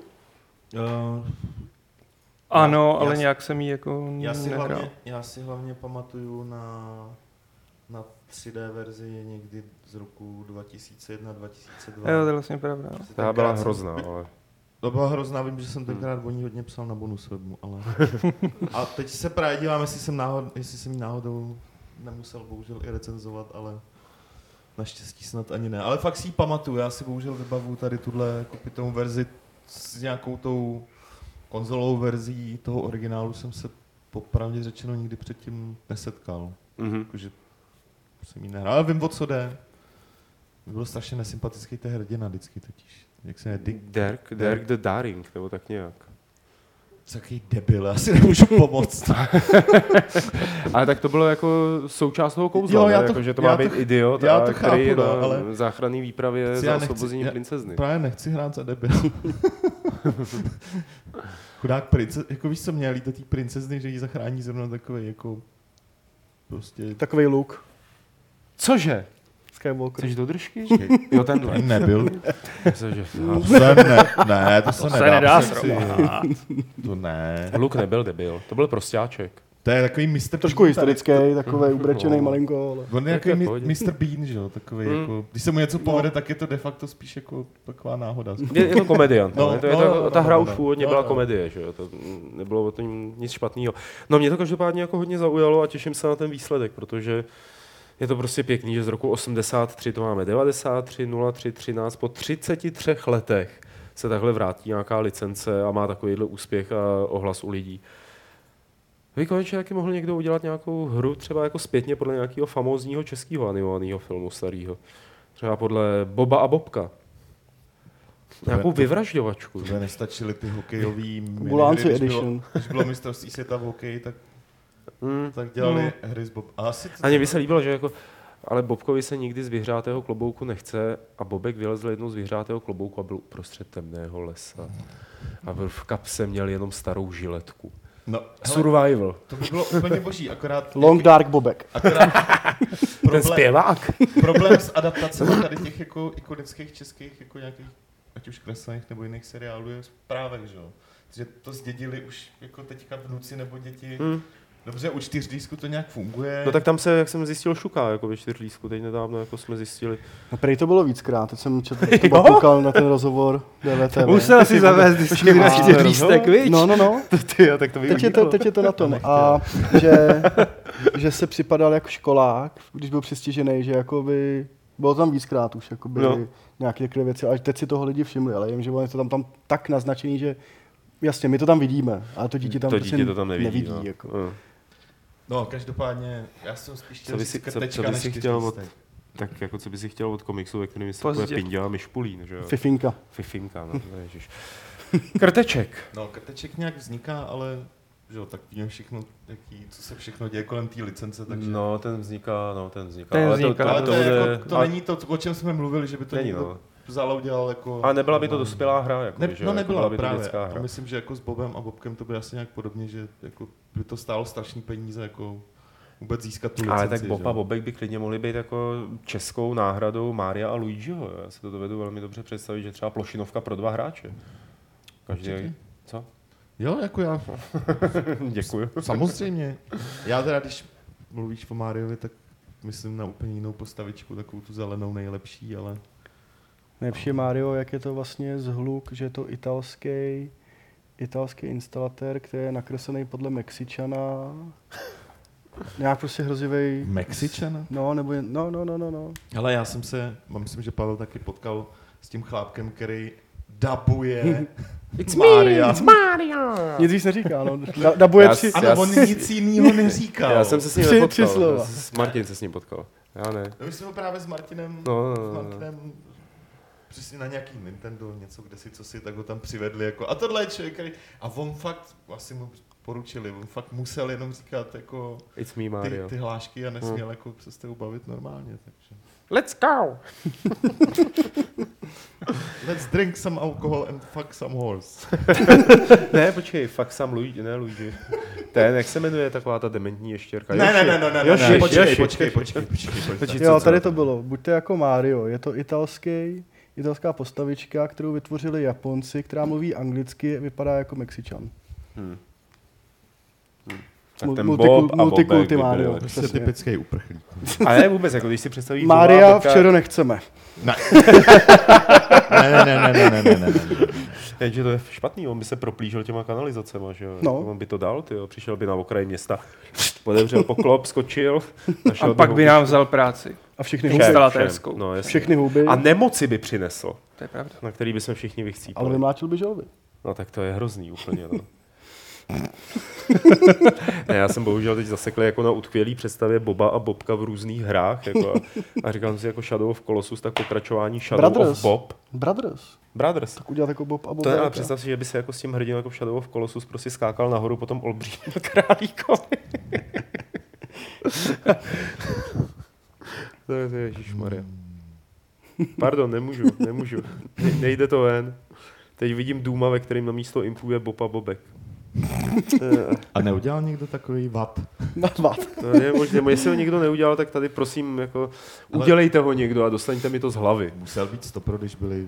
Ano, ale nějak jsem jí jako nehrál. Já si hlavně pamatuju na 3D verzi někdy z roku 2001-2002. Jo, to je vlastně pravda. Ta byla hrozná, ale... To byla hrozná, vím, že jsem tenkrát o ní hodně psal na bonus webu, ale... A teď se právě dívám, jestli jsem ji náhodou nemusel bohužel i recenzovat, ale naštěstí snad ani ne. Ale fakt si ji pamatuju, já si bohužel vybavuju tady tuhle kopitou verzi s nějakou tou konzolovou verzí toho originálu jsem se popravdě řečeno nikdy předtím nesetkal. Jakože jsem ji nehrál, ale vím, o co jde. Byl strašně nesympatický ten hrdina vždycky totiž. Jak se jmenuje? Dirk the Daring, nebo tak nějak. Takový debil, já si nemůžu pomoct. Ale tak to bylo jako součást toho kouzla, jako, že to má být idiot, který je na záchranný výpravě za osvobození princezny. Právě nechci hrát za debil. Chudák princezny, jako víš co měl do té princezny, že jí zachrání zrovna takový jako prostě... Takovej look. Cože? Skywalker. Chceš do držky? Jo, tenhle. Nebyl. Ne, to se nedá srovnat. To ne. Luke nebyl debil, to byl prostáček. To je takový Mr. Trošku historický, takový ubrečený malinko. Ale... On je takový Mr. Bean, že jo, takový jako, když se mu něco povede, tak je to de facto spíš jako taková náhoda. Je to komediant, ta hra už původně byla komedie, že jo, to nebylo o tom nic špatného. No mě to každopádně jako hodně zaujalo a těším se na ten výsledek, protože je to prostě pěkný, že z roku 83 to máme 93, 03, 13, po 33 letech se takhle vrátí nějaká licence a má takovýhle úspěch a ohlas u lidí. Vy konečně taky mohl někdo udělat nějakou hru třeba jako zpětně podle nějakého famózního českého animovaného filmu starého. Třeba podle Boba a Bobka. Nějakou vyvražďovačku. To nestačily ty hokejový Bulánci Edition. Když bylo mistrovství světa v hokeji, tak dělali hry s Bob. A mně by se líbilo, že jako, ale Bobkovi se nikdy z vyhřátého klobouku nechce a Bobek vylezl jednou z vyhřátého klobouku a byl uprostřed temného lesa. A byl v kapse měl jenom starou žiletku. No, Survival. To by bylo úplně boží, akorát... Long Dark Bobek. Ten zpěvák. Problém s adaptacemi tady těch jako ikonických českých jako nějakých, ať už kreslených nebo jiných seriálů je právě, že jo. Že to zdědili už jako teďka vnuci nebo děti. Dobře, u čtyřlístku to nějak funguje. No tak tam se, jak jsem zjistil, šuká jako ve čtyřlístku, teď nedávno jako jsme zjistili. No prej to bylo víckrát, teď jsem koukal na ten rozhovor DVTV. Musel si zavést diskuzi na čtyřlístek, víš? No. Tak to teď je to na tom. A že se připadal jako školák, když byl přistižený, že jakoby bylo tam víckrát už jakoby nějaké takové věci, ale teď si toho lidi všimli, ale jim, že je to tam tak naznačený, že jasně, my to tam vidíme, ale to dítě tam, to tam nevidí. No. Jako. No, každopádně, já jsem spíš chtěl říct krtečka co by než si chtěl tak jako co by si chtěl od komiksu, ve kterém se takové Pinděla Myšpulín, že jo? Fifinka, no, ježiš. Krteček. No, krteček nějak vzniká, ale že jo, tak víme všechno, co se všechno děje kolem té licence, takže... No, ten vzniká. Ale to není to, o čem jsme mluvili, že by to někdo vzal a udělal jako... A nebyla by to dospělá hra, jako, že? Nebyla by právě. To dětská hra. A myslím, že jako s Bobem a Bobkem to by asi nějak podobně, že jako by to stálo strašný peníze, jako vůbec získat tu licenci. Ale tak Bob a Bobek by klidně mohli být jako českou náhradou Mária a Luigiho. Já si to dovedu velmi dobře představit, že třeba plošinovka pro 2 hráče. Každý... Co? Jo, jako já. Děkuju. Samozřejmě. Já teda, když mluvíš o Máriovi, tak myslím na úplně jinou postavičku, takovou tu zelenou nejlepší, ale... Nejlepší je Mario, jak je to vlastně zhluk, že je to italský instalatér, který je nakreslený podle Mexičana. Nějak prostě hrozivej... Mexičana? No, nebo no. Ale já jsem se, myslím, že Pavel taky potkal s tím chlápkem, který dabuje It's Mario! Nic víc neříká, no. Dabuje Ano, on nic jiného neříkal. Já jsem se s ním nepotkal. slova. Martin se s ním potkal. Já ne. My jsme právě s Martinem, přesně na nějaký Nintendo, něco kdesi, co si, tak ho tam přivedli. Jako, a tohle je člověk, který... A on fakt, asi mu poručili, on fakt musel jenom říkat jako It's me, Mario. Ty hlášky a nesměl jako se s tebou bavit normálně. Takže. Let's go! Let's drink some alcohol and fuck some horse. Ne, počkej, fakt sám Luigi, ne Luigi. Ten, jak se jmenuje taková ta dementní ještěrka? Ne, Yoshi, počkej. Jo, tady to bylo. Buďte jako Mario. Je to italská postavička, kterou vytvořili Japonci, která mluví anglicky, vypadá jako Mexičan. Tak ten Bob a Bobek Multikulty by byli Mario. lepší. Prostě typický uprchlík. A ne vůbec, jako když si představíš Mária Boba a Bobka- včera nechceme. Ne. Jenže to je špatný, on by se proplížil těma kanalizacema, že jo? No. On by to dal, tyjo. Přišel by na okraj města, otevřel poklop, skočil. A pak by nám vzal práci. A všechny Všem, houby. instalatérskou. No, jasně. Všechny houby. A nemoci by přinesl, To je pravda. na který bychom všichni Ale vychcípali. vymlátil by želvy. No tak to je hrozný úplně, no. Ne, já jsem bohužel teď zasekl jako na utkvělý představě Boba a Bobka v různých hrách jako a říkal jsem si jako Shadow of Colossus, tak pokračování Shadow of Bob. Brothers. Tak udělat jako Bob a Bob. to je, ale představ si, že by se jako s tím hrdinou jako v Shadow of Colossus prostě skákal nahoru po tom olbřím králíkovi. To je ježišmarja. Pardon, nemůžu. Nejde to ven. Teď vidím Duma, ve kterým na místo impu je Bob a Bobek. A neudělal někdo takový vat? Vat. Je možné, jestli ho někdo neudělal, tak tady prosím, jako, udělejte ho někdo a dostaňte mi to z hlavy. Musel být stopro, když byly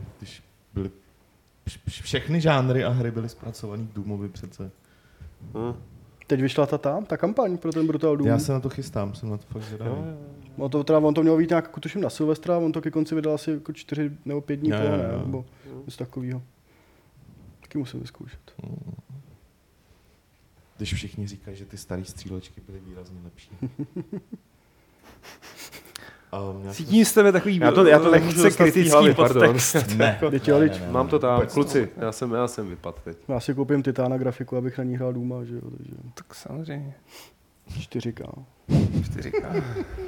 všechny žánry a hry byly zpracovaný Doomovi přece. Teď vyšla ta kampaň pro ten Brutal Doom. Já se na to chystám, jsem na to fakt zvědavý. On to měl být nějak, jako tuším na Silvestra, on to ke konci vydal asi jako 4 nebo 5 dní po, ne? Nebo něco takového. Taky musím vyzkoušet. Když všichni říkají, že ty staré střílečky byly výrazně lepší. Cítím z tebe takový já to nemůžu lehce kritický podtext. Ne. Mám to tam, kluci, já jsem vypadl teď. Já si koupím Titana grafiku, abych na ní hrál Dooma, že jo, takže Tak samozřejmě. 4K. 4K.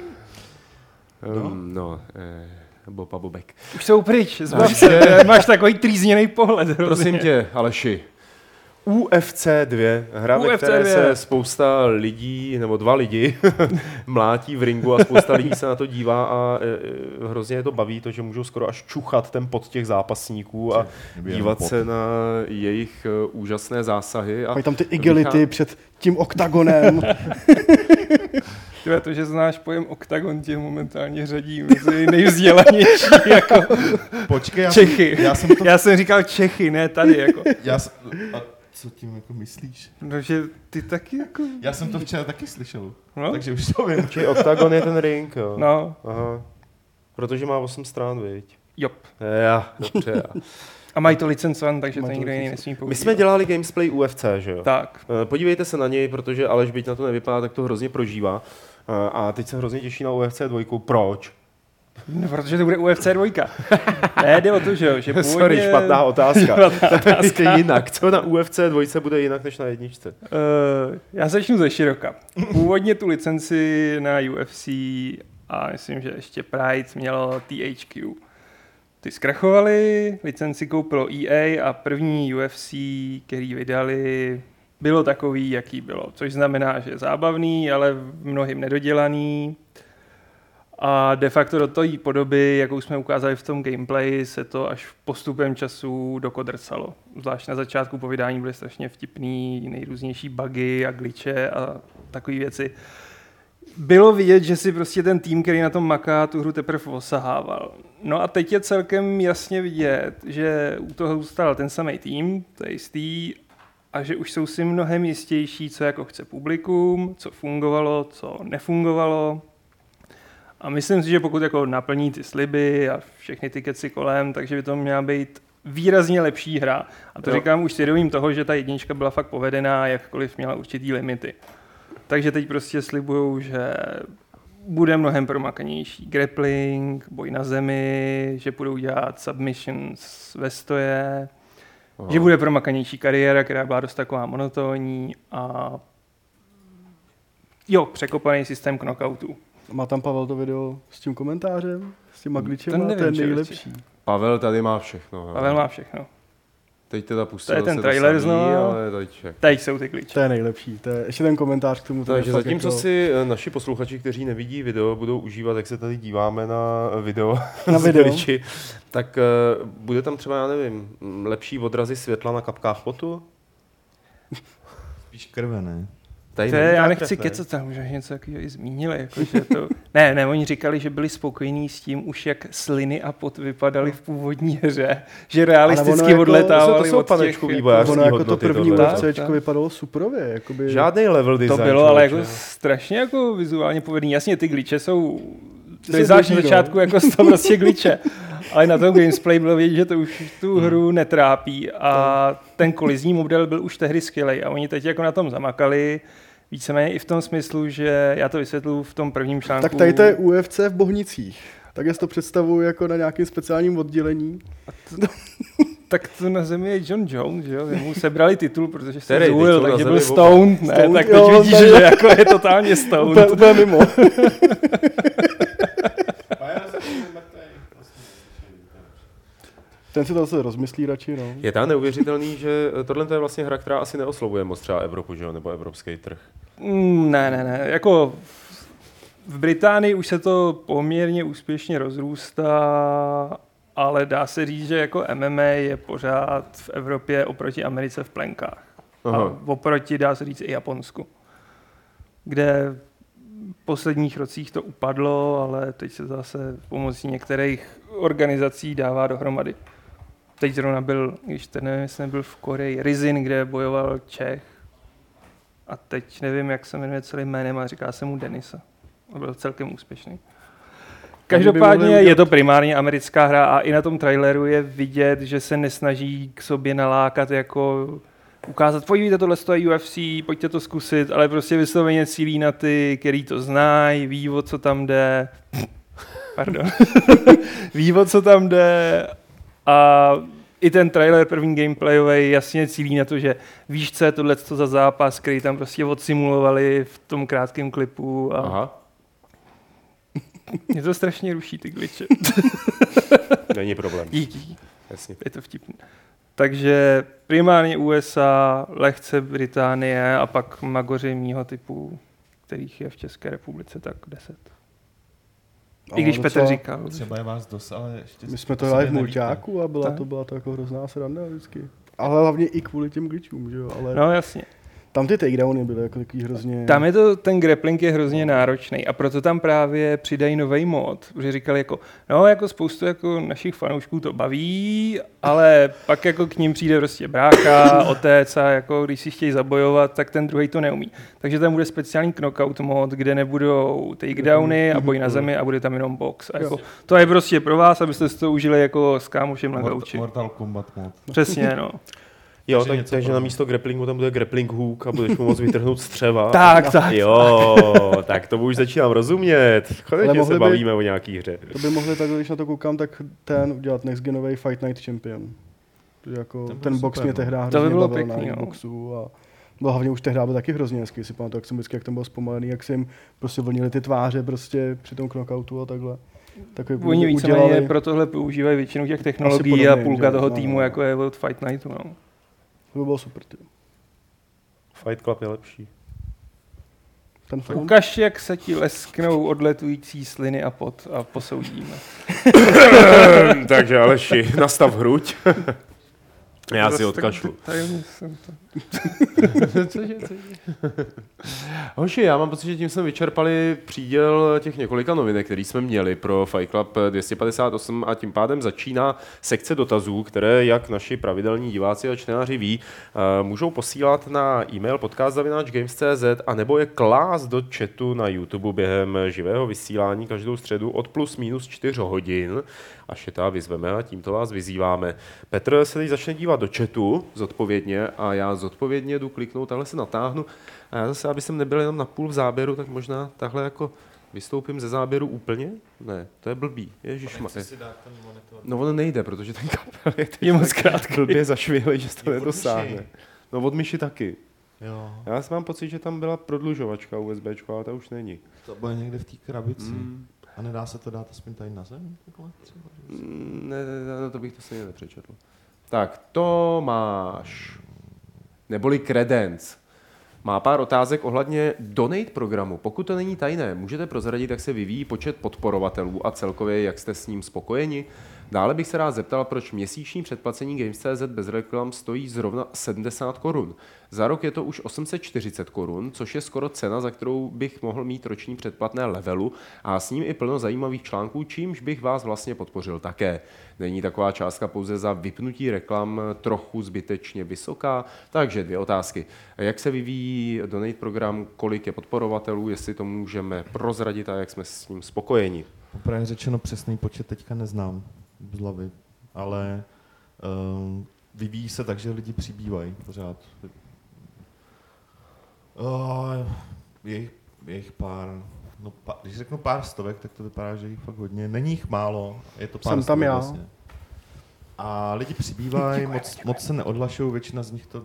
Bob a Bobek. Už jsou pryč, máš takový trýzněný pohled. Hrozně. Prosím tě, Aleši, UFC 2, hra, ve které se spousta lidí, nebo 2 lidi, mlátí v ringu a spousta lidí se na to dívá a hrozně je to baví, to, že můžou skoro až čuchat ten pot těch zápasníků a dívat se na jejich úžasné zásahy. Mají tam ty igelity před tím oktagonem. To, že znáš pojem oktagon, tě momentálně řadí mezi nejvzdělanější jako Počkej, Čechy. Já jsem říkal Čechy, ne tady. Jako. A co tím jako myslíš? No, že ty taky jako... Já jsem to včera taky slyšel, No? takže už to vím. Či oktagon je ten ring, jo. No. Aha. Protože má 8 stran, viď? Jop. Dobře. A mají to licencované, takže to nikdo jiný nesmí používat. My jsme dělali gamesplay UFC, že jo? Tak. Podívejte se na něj, protože Aleš, byť na to nevypadá, tak to hrozně prožívá. A teď se hrozně těší na UFC 2. Proč? No, protože to bude UFC 2. Ne, jde o to, že původně... Sorry, špatná otázka. Ještě jinak. Co na UFC 2 bude jinak než na jedničce? Já začnu ze široka. Původně tu licenci na UFC a myslím, že ještě Pride mělo THQ. Ty zkrachovali, licenci koupilo EA a první UFC, který vydali, bylo takový, jaký bylo. Což znamená, že je zábavný, ale mnohým nedodělaný. A de facto do té podoby, jakou jsme ukázali v tom gameplay, se to až postupem času dokodrcalo. Zvlášť na začátku po vydání byly strašně vtipný, nejrůznější bugy a glitche a takové věci. Bylo vidět, že si prostě ten tým, který na tom maká, tu hru teprve osahával. No a teď je celkem jasně vidět, že u toho zůstal ten samý tým, to je jistý, a že už jsou si mnohem jistější, co jako chce publikum, co fungovalo, co nefungovalo. A myslím si, že pokud jako naplní ty sliby a všechny ty keci kolem, takže by to měla být výrazně lepší hra. A to říkám už svědomím toho, že ta jednička byla fakt povedená, jakkoliv měla určitý limity. Takže teď prostě slibujou, že bude mnohem promakanější grappling, boj na zemi, že budou dělat submissions ve stoje, že bude promakanější kariéra, která byla dost taková monotónní a překopaný systém knockoutů. Má tam Pavel to video s tím komentářem, s tím glitchem, to je nejlepší. Pavel tady má všechno. Pavel má všechno. Teď teda To pustilo je ten se trailer to samý, znova. ale teď Tady jsou ty klíče. To je nejlepší. To je, ještě ten komentář k tomu. to je Takže fakt zatímco jako, si naši posluchači, kteří nevidí video, budou užívat, jak se tady díváme na video, Na z video. Glitchi, tak bude tam třeba, já nevím, lepší odrazy světla na kapkách potu? Spíš krve, ne? Tady To je, není já tak nechci krev, ne? kecat, tam možná něco takového i zmínili. Jako, že to... ne, oni říkali, že byli spokojení s tím, už jak sliny a pot vypadaly v původní hře, že realisticky jako- odletávali to jsou od těch... panečkový jako- vojářský ono jako to hodnoty první tohle. UFCčko Tak. vypadalo suprově. Jakoby, Žádný level To design. bylo ale jako člověče. strašně jako vizuálně povedený. Jasně, ty glitche jsou... Ty Ty jsou znáš na boží, no. začátku jako z toho prostě glitche. Ale na tom gameplay bylo vidět, že to už tu hru netrápí a ten kolizní model byl už tehdy skvělej a oni teď jako na tom zamakali. Víceméně i v tom smyslu, že já to vysvětluji v tom prvním článku. Tak tady to je UFC v Bohnicích. Tak já si to představuji jako na nějakém speciálním oddělení. Tak to na zemi je John Jones, že jo? Mu sebrali titul, protože se Který? zvolil, Teď jsou na takže zemi byl oba. stoned, ne? Stoned, Tak teď jo, vidíš, takže- že jako je totálně stoned. Úplně mimo. Ten si to zase rozmyslí radši, no. Je tam neuvěřitelný, že tohle je vlastně hra, která asi neoslovuje moc třeba Evropu, že jo? Nebo evropský trh. Ne. Jako v Británii už se to poměrně úspěšně rozrůstá, ale dá se říct, že jako MMA je pořád v Evropě oproti Americe v plenkách. A Aha. oproti, dá se říct, i Japonsku, kde v posledních rocích to upadlo, ale teď se zase pomocí některých organizací dává dohromady. Teď zrovna byl, když ten nevím, jestli nebyl v Koreji, Rizin, kde bojoval Čech. A teď nevím, jak se jmenuje celým jménem, ale říká se mu Denisa. A byl celkem úspěšný. Každopádně je to primárně americká hra a i na tom traileru je vidět, že se nesnaží k sobě nalákat jako ukázat, podívejte, tohle je UFC, pojďte to zkusit, ale prostě vysloveně cílí na ty, který to znají, ví, o co tam jde. Pardon. Ví, o co tam jde a i ten trailer první gameplayový jasně cílí na to, že víš, co je tohle za zápas, který tam prostě odsimulovali v tom krátkém klipu. A Aha, mě to strašně ruší, ty glitche. není problém. Díky. Jasně. Je to vtipné. Takže primárně USA, lehce Británie a pak magoři mýho typu, kterých je v České republice tak 10. I když No, Petr docela- říkal. Třeba je vás dost, ale ještě... My jsme to o hráli v sobě nevíte. mulťáku a byla to jako hrozná sranda vždycky. Ale hlavně i kvůli těm glitchům, že jo? Ale No jasně. tam ty takedowny byly jako takový hrozně... Tam je to, ten grappling je hrozně náročný a proto tam právě přidají nový mod, protože říkali jako, no jako spoustu jako našich fanoušků to baví, ale pak jako k ním přijde prostě brácha, otec a jako když si chtějí zabojovat, tak ten druhý to neumí. Takže tam bude speciální knockout mod, kde nebudou takedowny a boj na zemi a bude tam jenom box. A jako, to je prostě pro vás, abyste si to užili jako s kámošem na gauči. Mortal Kombat mod. Přesně, no. Jo, Takže něco takže pro- na místo grapplingu tam bude grappling hook a budeš mu moct vytrhnout střeva. Tak. Jo, tak tomu už začínám rozumět. Konečně mohli se by- bavíme o nějaký hře. To by mohli tak, když na to koukám, tak ten udělat Next Genový Fight Night Champion. Že jako Ten byl ten box super, mě no. tehdy To by hrozně bylo bavil pěkný, na no. boxu a byl hlavně už tehdy byl taky hrozně hezký, si pamatuju, jak jsem vždycky, jak tam byl zpomalený, jak se jim prostě vlnili ty tváře prostě při tom knockoutu a takhle. Takový Oni víceméně pro tohle používají většinu těch technologií podobně, a půlka že? toho No, týmu, no. jako je od Fight Nightu. No. To by bylo super, ty. Fight Club je lepší. Ten film. Ukaž, jak se ti lesknou odletující sliny a pot a posoudíme. Takže Aleši, nastav hruď. Já si odkašlu. Tajemně jsem to. Hoši, já mám pocit, že tím jsme vyčerpali příděl těch několika novinek, který jsme měli pro Fight Club 258 a tím pádem začíná sekce dotazů, které, jak naši pravidelní diváci a čtenáři ví, můžou posílat na e-mail podcast@games.cz a nebo je klást do chatu na YouTube během živého vysílání každou středu od +- 4 hodin. Až je ta vyzveme a tímto vás vyzýváme. Petr se teď začne dívat do chatu zodpovědně a já zodpovědně jdu kliknout, takhle se natáhnu. A já zase, aby jsem nebyl jenom na půl v záběru, tak možná takhle jako vystoupím ze záběru úplně? Ne, to je blbý. Ježišmarja. si dát ten monitor. No ono nejde, protože ten kabel je teď Je moc krátký. blbě zašvihlý, že se to I od nedosáhne. myši. No od myši taky. Jo, Já mám pocit, že tam byla prodlužovačka USBčko, ale ta už není. to bude někde v té krabici. Mm. A nedá se to dát aspoň tady na zem? Takhle třeba? Ne, no to bych to stejně nepřečetl. Tak Tomáš, neboli Credence, má pár otázek ohledně donate programu. Pokud to není tajné, můžete prozradit, jak se vyvíjí počet podporovatelů a celkově, jak jste s ním spokojeni? Dále bych se rád zeptal, proč měsíční předplacení Games.cz bez reklam stojí zrovna 70 korun. Za rok je to už 840 korun, což je skoro cena, za kterou bych mohl mít roční předplatné Levelu a s ním i plno zajímavých článků, čímž bych vás vlastně podpořil také. Není taková částka pouze za vypnutí reklam trochu zbytečně vysoká? Takže 2 otázky. Jak se vyvíjí donate program, kolik je podporovatelů, jestli to můžeme prozradit a jak jsme s ním spokojeni? Právě řečeno přesný počet teďka neznám z hlavy, ale vyvíjí se tak, že lidi přibývají pořád. Je jich pár, když řeknu pár stovek, tak to vypadá, že jich fakt hodně. Není jich málo, je to pár Jsem stovek tam já. vlastně. A lidi přibývají, moc se neodhlašují, většina z nich to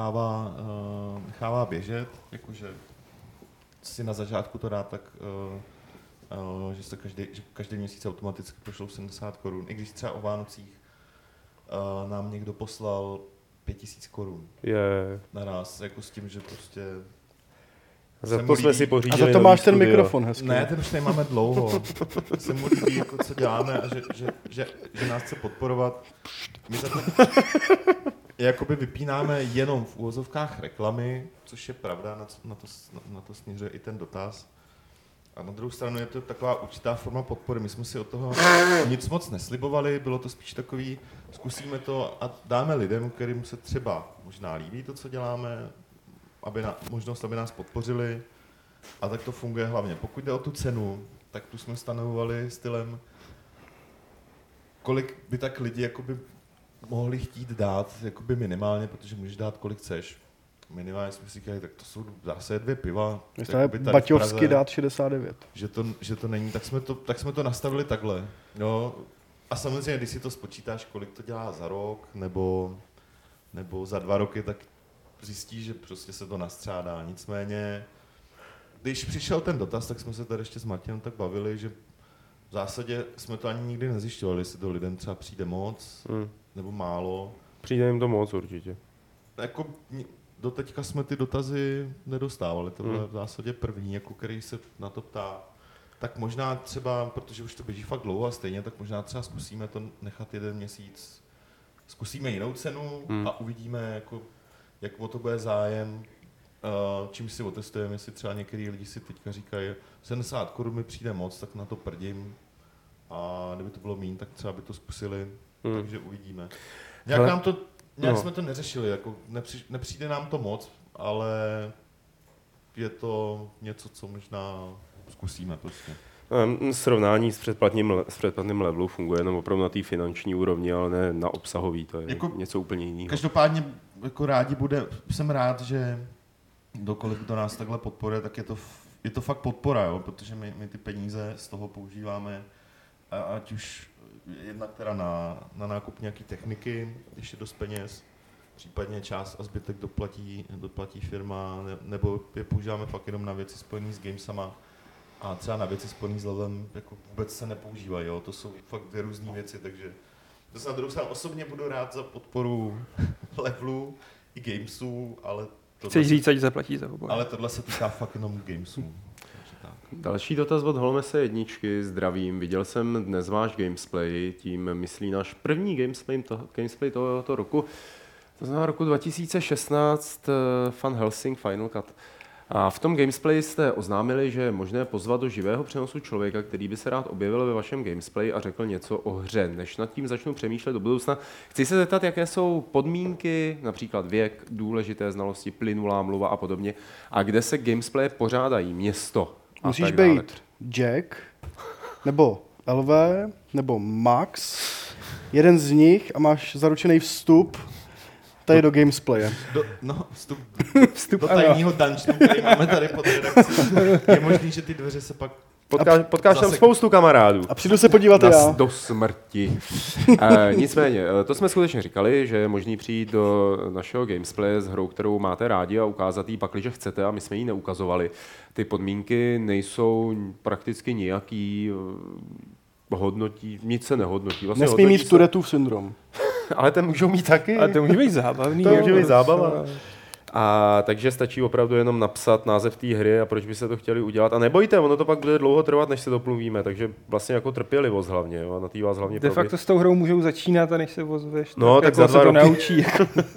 nechává běžet, jakože si na začátku to dá tak, že se každý měsíc automaticky pošlou 70 korun. I když třeba o Vánocích nám někdo poslal 5000 korun naraz, jako s tím, že prostě... Za to jsme si A pořídili za to máš ten studio. mikrofon hezký. Ne, ten už nemáme dlouho. Se mu líbí, jako, co děláme a že nás chce podporovat. My za to jakoby vypínáme jenom v uvozovkách reklamy, což je pravda, na to směřuje i ten dotaz. A na druhou stranu je to taková určitá forma podpory. My jsme si od toho nic moc neslibovali, bylo to spíš takový, zkusíme to a dáme lidem, kterým se třeba možná líbí to, co děláme, možnost, aby nás podpořili. A tak to funguje hlavně. Pokud jde o tu cenu, tak tu jsme stanovovali stylem, kolik by tak lidi jakoby mohli chtít dát, jakoby minimálně, protože můžeš dát, kolik chceš. Minimálně jsme si říkali, tak to jsou zase 2 piva. Baťovsky dát 69. Že to není, tak jsme to nastavili takhle. No, a samozřejmě, když si to spočítáš, kolik to dělá za rok, nebo za 2 roky, tak zjistíš, že prostě se to nastřádá. Nicméně, když přišel ten dotaz, tak jsme se tady ještě s Martinem tak bavili, že v zásadě jsme to ani nikdy nezjišťovali, jestli to lidem třeba přijde moc, nebo málo. Přijde jim to moc určitě. Jako, doteďka jsme ty dotazy nedostávali, to byl v zásadě první, jako který se na to ptá. Tak možná třeba, protože už to běží fakt dlouho a stejně, tak možná třeba zkusíme to nechat 1 měsíc, zkusíme jinou cenu a uvidíme, jako, jak o to bude zájem, čím si otestujeme, jestli třeba některý lidi si teďka říkají, 70 korun mi přijde moc, tak na to prdím a kdyby to bylo míň, tak třeba by to zkusili, takže uvidíme. Nějak jsme to neřešili, jako nepřijde nám to moc, ale je to něco, co možná zkusíme prostě. Srovnání s předplatným levelu funguje jenom opravdu na té finanční úrovni, ale ne na obsahový, to je jako, něco úplně jiného. Každopádně jako jsem rád, že kdokoliv do nás takhle podporuje, tak je to fakt podpora, jo? Protože my ty peníze z toho používáme, ať už jednak teda na nákup nějaký techniky, když je dost peněz, případně část a zbytek doplatí firma, nebo je používáme fakt jenom na věci spojené s gamesama a třeba na věci spojené s levelem jako vůbec se nepoužívají, jo? To jsou fakt 2 různé věci, takže to se na druhou stranu osobně budu rád za podporu levelu i gamesů, ale Chceš říct, ať zaplatí za oboje. Ale tohle se týká fakt jenom gamesů. Další dotaz od Holmese 1. Zdravím. Viděl jsem dnes váš gamesplay, tím myslí náš první gamesplay tohoto roku. To znamená roku 2016 Van Helsing Final Cut. A v tom gamesplay jste oznámili, že je možné pozvat do živého přenosu člověka, který by se rád objevil ve vašem gamesplay a řekl něco o hře. Než nad tím začnu přemýšlet do budoucna, chci se zeptat, jaké jsou podmínky, například věk, důležité znalosti, plynulá mluva a podobně, a kde se gamesplay pořádají, město. Musíš být Jack, nebo LV, nebo Max, jeden z nich a máš zaručený vstup tady do gamesplaye. Vstup do tajného dungeonu, který máme tady pod redakcí. Je možný, že ty dveře se pak... Potkáš tam spoustu kamarádů. A přijdu se podívat já. Do smrti. Nicméně, to jsme skutečně říkali, že je možný přijít do našeho gamesplaye s hrou, kterou máte rádi a ukázat ji pakliže chcete, a my jsme ji neukazovali. Ty podmínky nejsou prakticky nějaký hodnotí, nic se nehodnotí. Vlastně nesmí mít Tourettův syndrom. Ale ten můžou mít taky. A to může být zábavný. To může jo, být zábava. prostě. A takže stačí opravdu jenom napsat název té hry a proč by se to chtěli udělat. A nebojte, ono to pak bude dlouho trvat, než se dopluvíme, takže vlastně jako trpělivost hlavně, jo, a na tý vás hlavně De facto s tou hrou můžou začínat a než se ozveš, No, tak jako za se 2 to roky. naučí.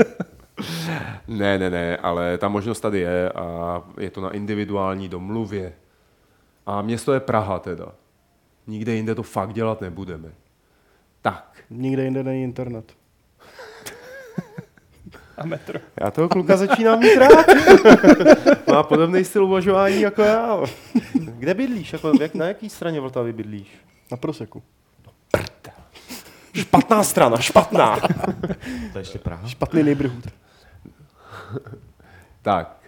Ne, ale ta možnost tady je a je to na individuální domluvě. A město je Praha teda. Nikde jinde to fakt dělat nebudeme. Tak. Nikde jinde není internet. A metro. Já toho kluka začínám mít rád. Má podobný styl uvažování jako já. Kde bydlíš? Jako, na jaký straně Vltavy bydlíš? Na Proseku. Špatná strana, špatná. To je ještě Praha. Špatný neighborhood. Tak.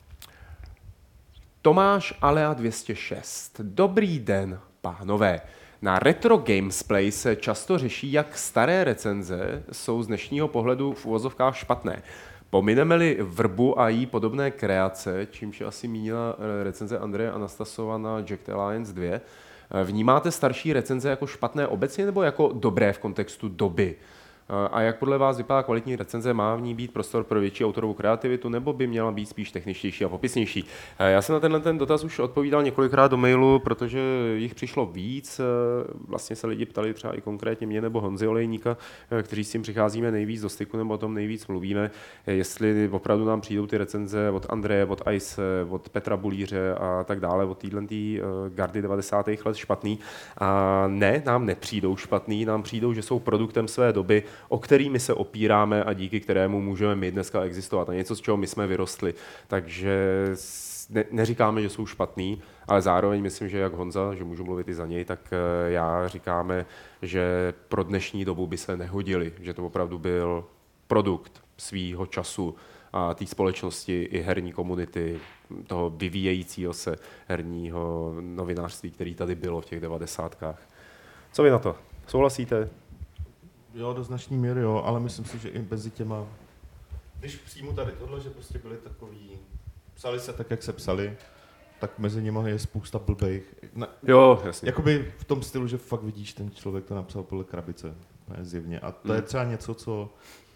Tomáš Alea 206. Dobrý den, pánové. Na Retro Gamesplay se často řeší, jak staré recenze jsou z dnešního pohledu v uvozovkách špatné. Pomineme-li Vrbu a jí podobné kreace, čímž asi mínila recenze Andreje Anastasova na Jagged Alliance 2, vnímáte starší recenze jako špatné obecně nebo jako dobré v kontextu doby? A jak podle vás vypadá kvalitní recenze? Má v ní být prostor pro větší autorovou kreativitu nebo by měla být spíš techničtější a popisnější? Já jsem na ten dotaz už odpovídal několikrát do mailu, protože jich přišlo víc. Vlastně se lidi ptali třeba i konkrétně mě nebo Honzy Olejníka, kteří s tím přicházíme nejvíc do styku nebo o tom nejvíc mluvíme, jestli opravdu nám přijdou ty recenze od Andreje, od Ice, od Petra Bulíře a tak dále, od téhle gardy 90. let špatný. A ne, nám nepřijdou špatný, nám přijdou, že jsou produktem své doby, o kterými se opíráme a díky kterému můžeme my dneska existovat. A něco, z čeho my jsme vyrostli. Takže neříkáme, že jsou špatný, ale zároveň myslím, že jak Honza, že můžu mluvit i za něj, tak já říkáme, že pro dnešní dobu by se nehodili, že to opravdu byl produkt svýho času a té společnosti i herní komunity, toho vyvíjejícího se herního novinářství, který tady bylo v těch 90kách. Co vy na to? Souhlasíte? Jo, do značné míry, jo, ale myslím si, že i mezi těma, když přijmu tady tohle, že prostě byli takový, psali se tak, jak se psali, tak mezi nimi je spousta blbejch. Jo, jasně. Jakoby v tom stylu, že fakt vidíš, ten člověk to napsal podle krabice, zjevně. A to je třeba něco, co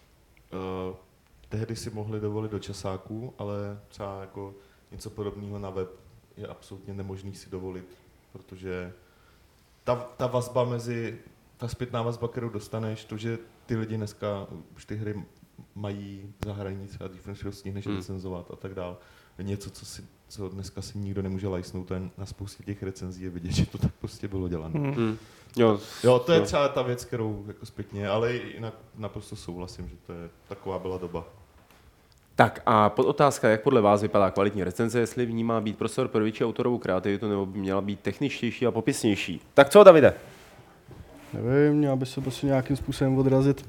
tehdy si mohli dovolit do časáků, ale třeba jako něco podobného na web je absolutně nemožný si dovolit, protože ta vazba mezi, ta zpětná vazba, kterou dostaneš, to, že ty lidi dneska už ty hry mají za hraní třeba dřív, než ho stihneš recenzovat a tak dál. Něco, co dneska si nikdo nemůže lajsnout, a na spoustě těch recenzí je vidět, že to tak prostě bylo dělané. Jo, to je třeba ta věc, kterou jako zpětně, ale jinak naprosto souhlasím, že to je taková byla doba. Tak a podotázka, jak podle vás vypadá kvalitní recenze, jestli v ní má být prostor pro větší autorovou kreativitu nebo by měla být techničtější a popisnější. Tak co, Davide? Nevím, měla by se prostě nějakým způsobem odrazit.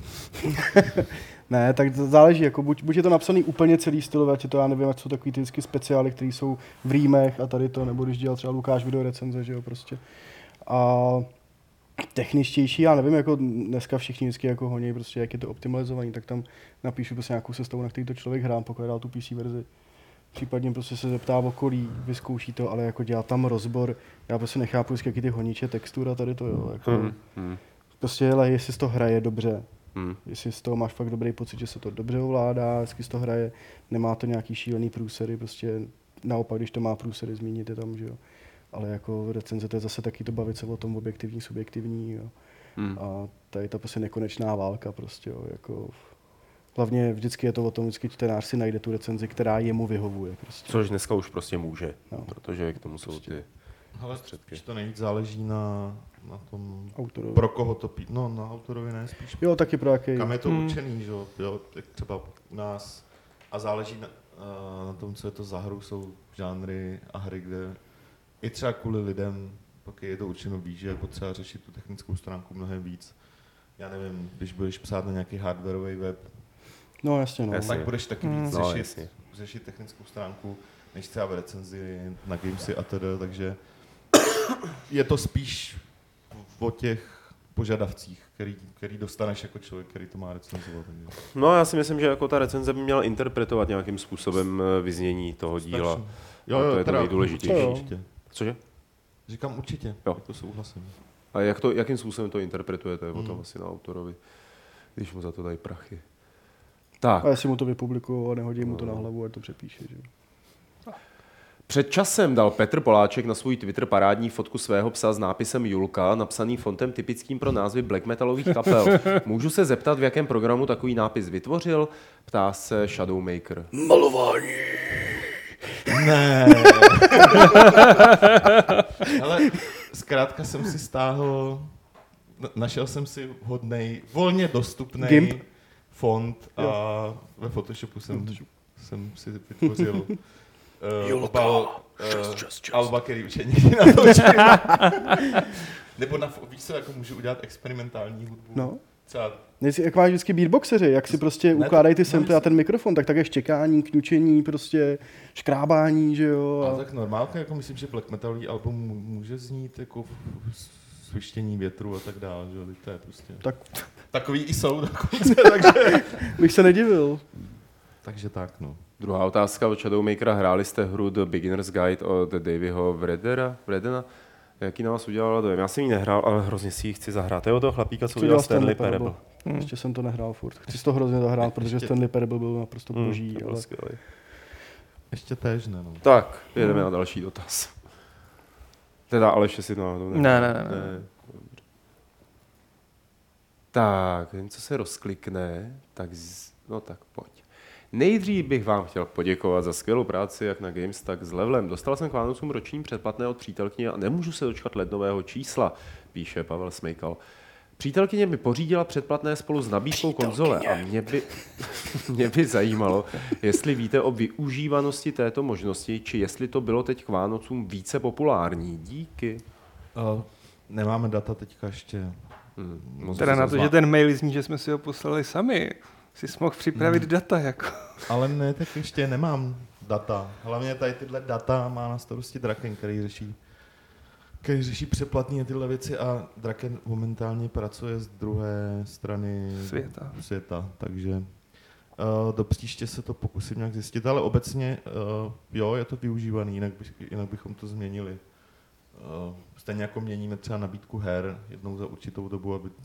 Ne, tak to záleží, jako buď je to napsaný úplně celý stylově, ať je to, já nevím, ať jsou takový ty vždycky speciály, které jsou v rýmech a tady to, nebo když dělal třeba Lukáš video recenze, že jo, prostě. A techničtější, já nevím, jako dneska všichni vždycky jako honí, prostě jak je to optimalizovaný, tak tam napíšu prostě nějakou sestavu, na který to člověk hrál, pokud dál tu PC verzi. Případně prostě se zeptá v okolí, vyzkouší to, ale jako dělá tam rozbor, já prostě nechápu, jaký ty honíče, textura, tady to jo, jako. Prostě hele, jestli z toho hraje dobře, jestli z toho máš fakt dobrý pocit, že se to dobře ovládá, jestli z toho hraje, nemá to nějaký šílený průsery, prostě naopak, když to má průsery, zmínit je tam, že jo. Ale jako recenze to je zase taky to bavit se o tom objektivní, subjektivní, jo. A tady ta prostě nekonečná válka prostě, jo, jako. Hlavně vždycky je to o tom, vždycky čtenář si najde tu recenzi, která jemu vyhovuje. Prostě. Což dneska už prostě může, No. protože k tomu jsou ty prostředky. To nejvíc záleží na tom, Autorovi. pro koho to pít. No, na autorovi ne, spíš. Jo, taky pro jaký. Kam je to určený, že jo, tak třeba u nás. A záleží na tom, co je to za hru, jsou žánry a hry, kde i třeba kvůli lidem, pak je to určeno víc, že je potřeba řešit tu technickou stránku mnohem víc. Já nevím, když budeš psát na nějaký hardwareový web, No jasně, no. tak budeš taky víc No, řešit technickou stránku, než třeba v recenzi na Gamesy a tedy, takže je to spíš o těch požadavcích, který dostaneš jako člověk, který to má recenzovat. Takže. No já si myslím, že jako ta recenze by měla interpretovat nějakým způsobem vyznění toho díla. Jo, A to je to teda nejdůležitější. Určitě. Cože? Říkám určitě, Jo. jako souhlasím. A jakým způsobem to interpretujete, o tom asi na autorovi. Když mu za to dají prachy. Tak. A jestli mu to vypublikují a nehodí mu to na hlavu, ať to přepíše. Že? Před časem dal Petr Poláček na svůj Twitter parádní fotku svého psa s nápisem Julka, napsaný fontem typickým pro názvy black metalových kapel. Můžu se zeptat, v jakém programu takový nápis vytvořil? Ptá se Shadowmaker. Malování. Ne. Ale zkrátka jsem si stáhl, našel jsem si vhodnej, volně dostupný Gimp. font a ve Photoshopu jsem si vytvořil obal Alba, který už je někdy natočil. Nebo víš co, jako můžu udělat experimentální hudbu. No. Třeba Jak máš vždycky beatboxeři, jak si prostě ukládají ty samply a ten mikrofon, tak je štěkání, kňučení, prostě škrábání, že jo. ale tak normálka, jako myslím, že black metalový album může znít jako svištění větru a tak dále, že jo, to je prostě. Tak Takový i jsou dokonce, takže. bych se nedivil. Takže tak, no. Druhá otázka od Shadowmakera. Hráli jste hru The Beginner's Guide od Davyho Wredena? Jaký na vás udělala dojem? Já jsem ji nehrál, ale hrozně si ji chci zahrát. To je od toho chlapíka, co udělal Stanley Parable. Ještě jsem to nehrál furt. Chci to hrozně zahrát, protože Stanley Parable byl naprosto boží. To Ale... skvělý. Ještě též ne, no. Tak, jedeme na další dotaz. Teda, ale ještě si to Ne. Tak, něco se rozklikne, no tak pojď. Nejdřív bych vám chtěl poděkovat za skvělou práci jak na Games, tak s Levelem. Dostal jsem k Vánocům roční předplatné od přítelkyně a nemůžu se dočkat lednového čísla, píše Pavel Smejkal. Přítelkyně mi pořídila předplatné spolu s nabídkou konzole a mě by zajímalo, jestli víte o využívanosti této možnosti, či jestli to bylo teď k Vánocům více populární. Díky. Nemáme data teďka ještě. Teda na to, že ten mail zní, že jsme si ho poslali sami. Jsi mohl připravit data, jako. Ale ne, tak ještě nemám data. Hlavně tady tyhle data má na starosti Draken, který řeší přeplatný a tyhle věci a Draken momentálně pracuje z druhé strany světa, takže do příště se to pokusím nějak zjistit, ale obecně jo, je to využívaný, jinak bychom to změnili. Stejně jako měníme třeba nabídku her jednou za určitou dobu, aby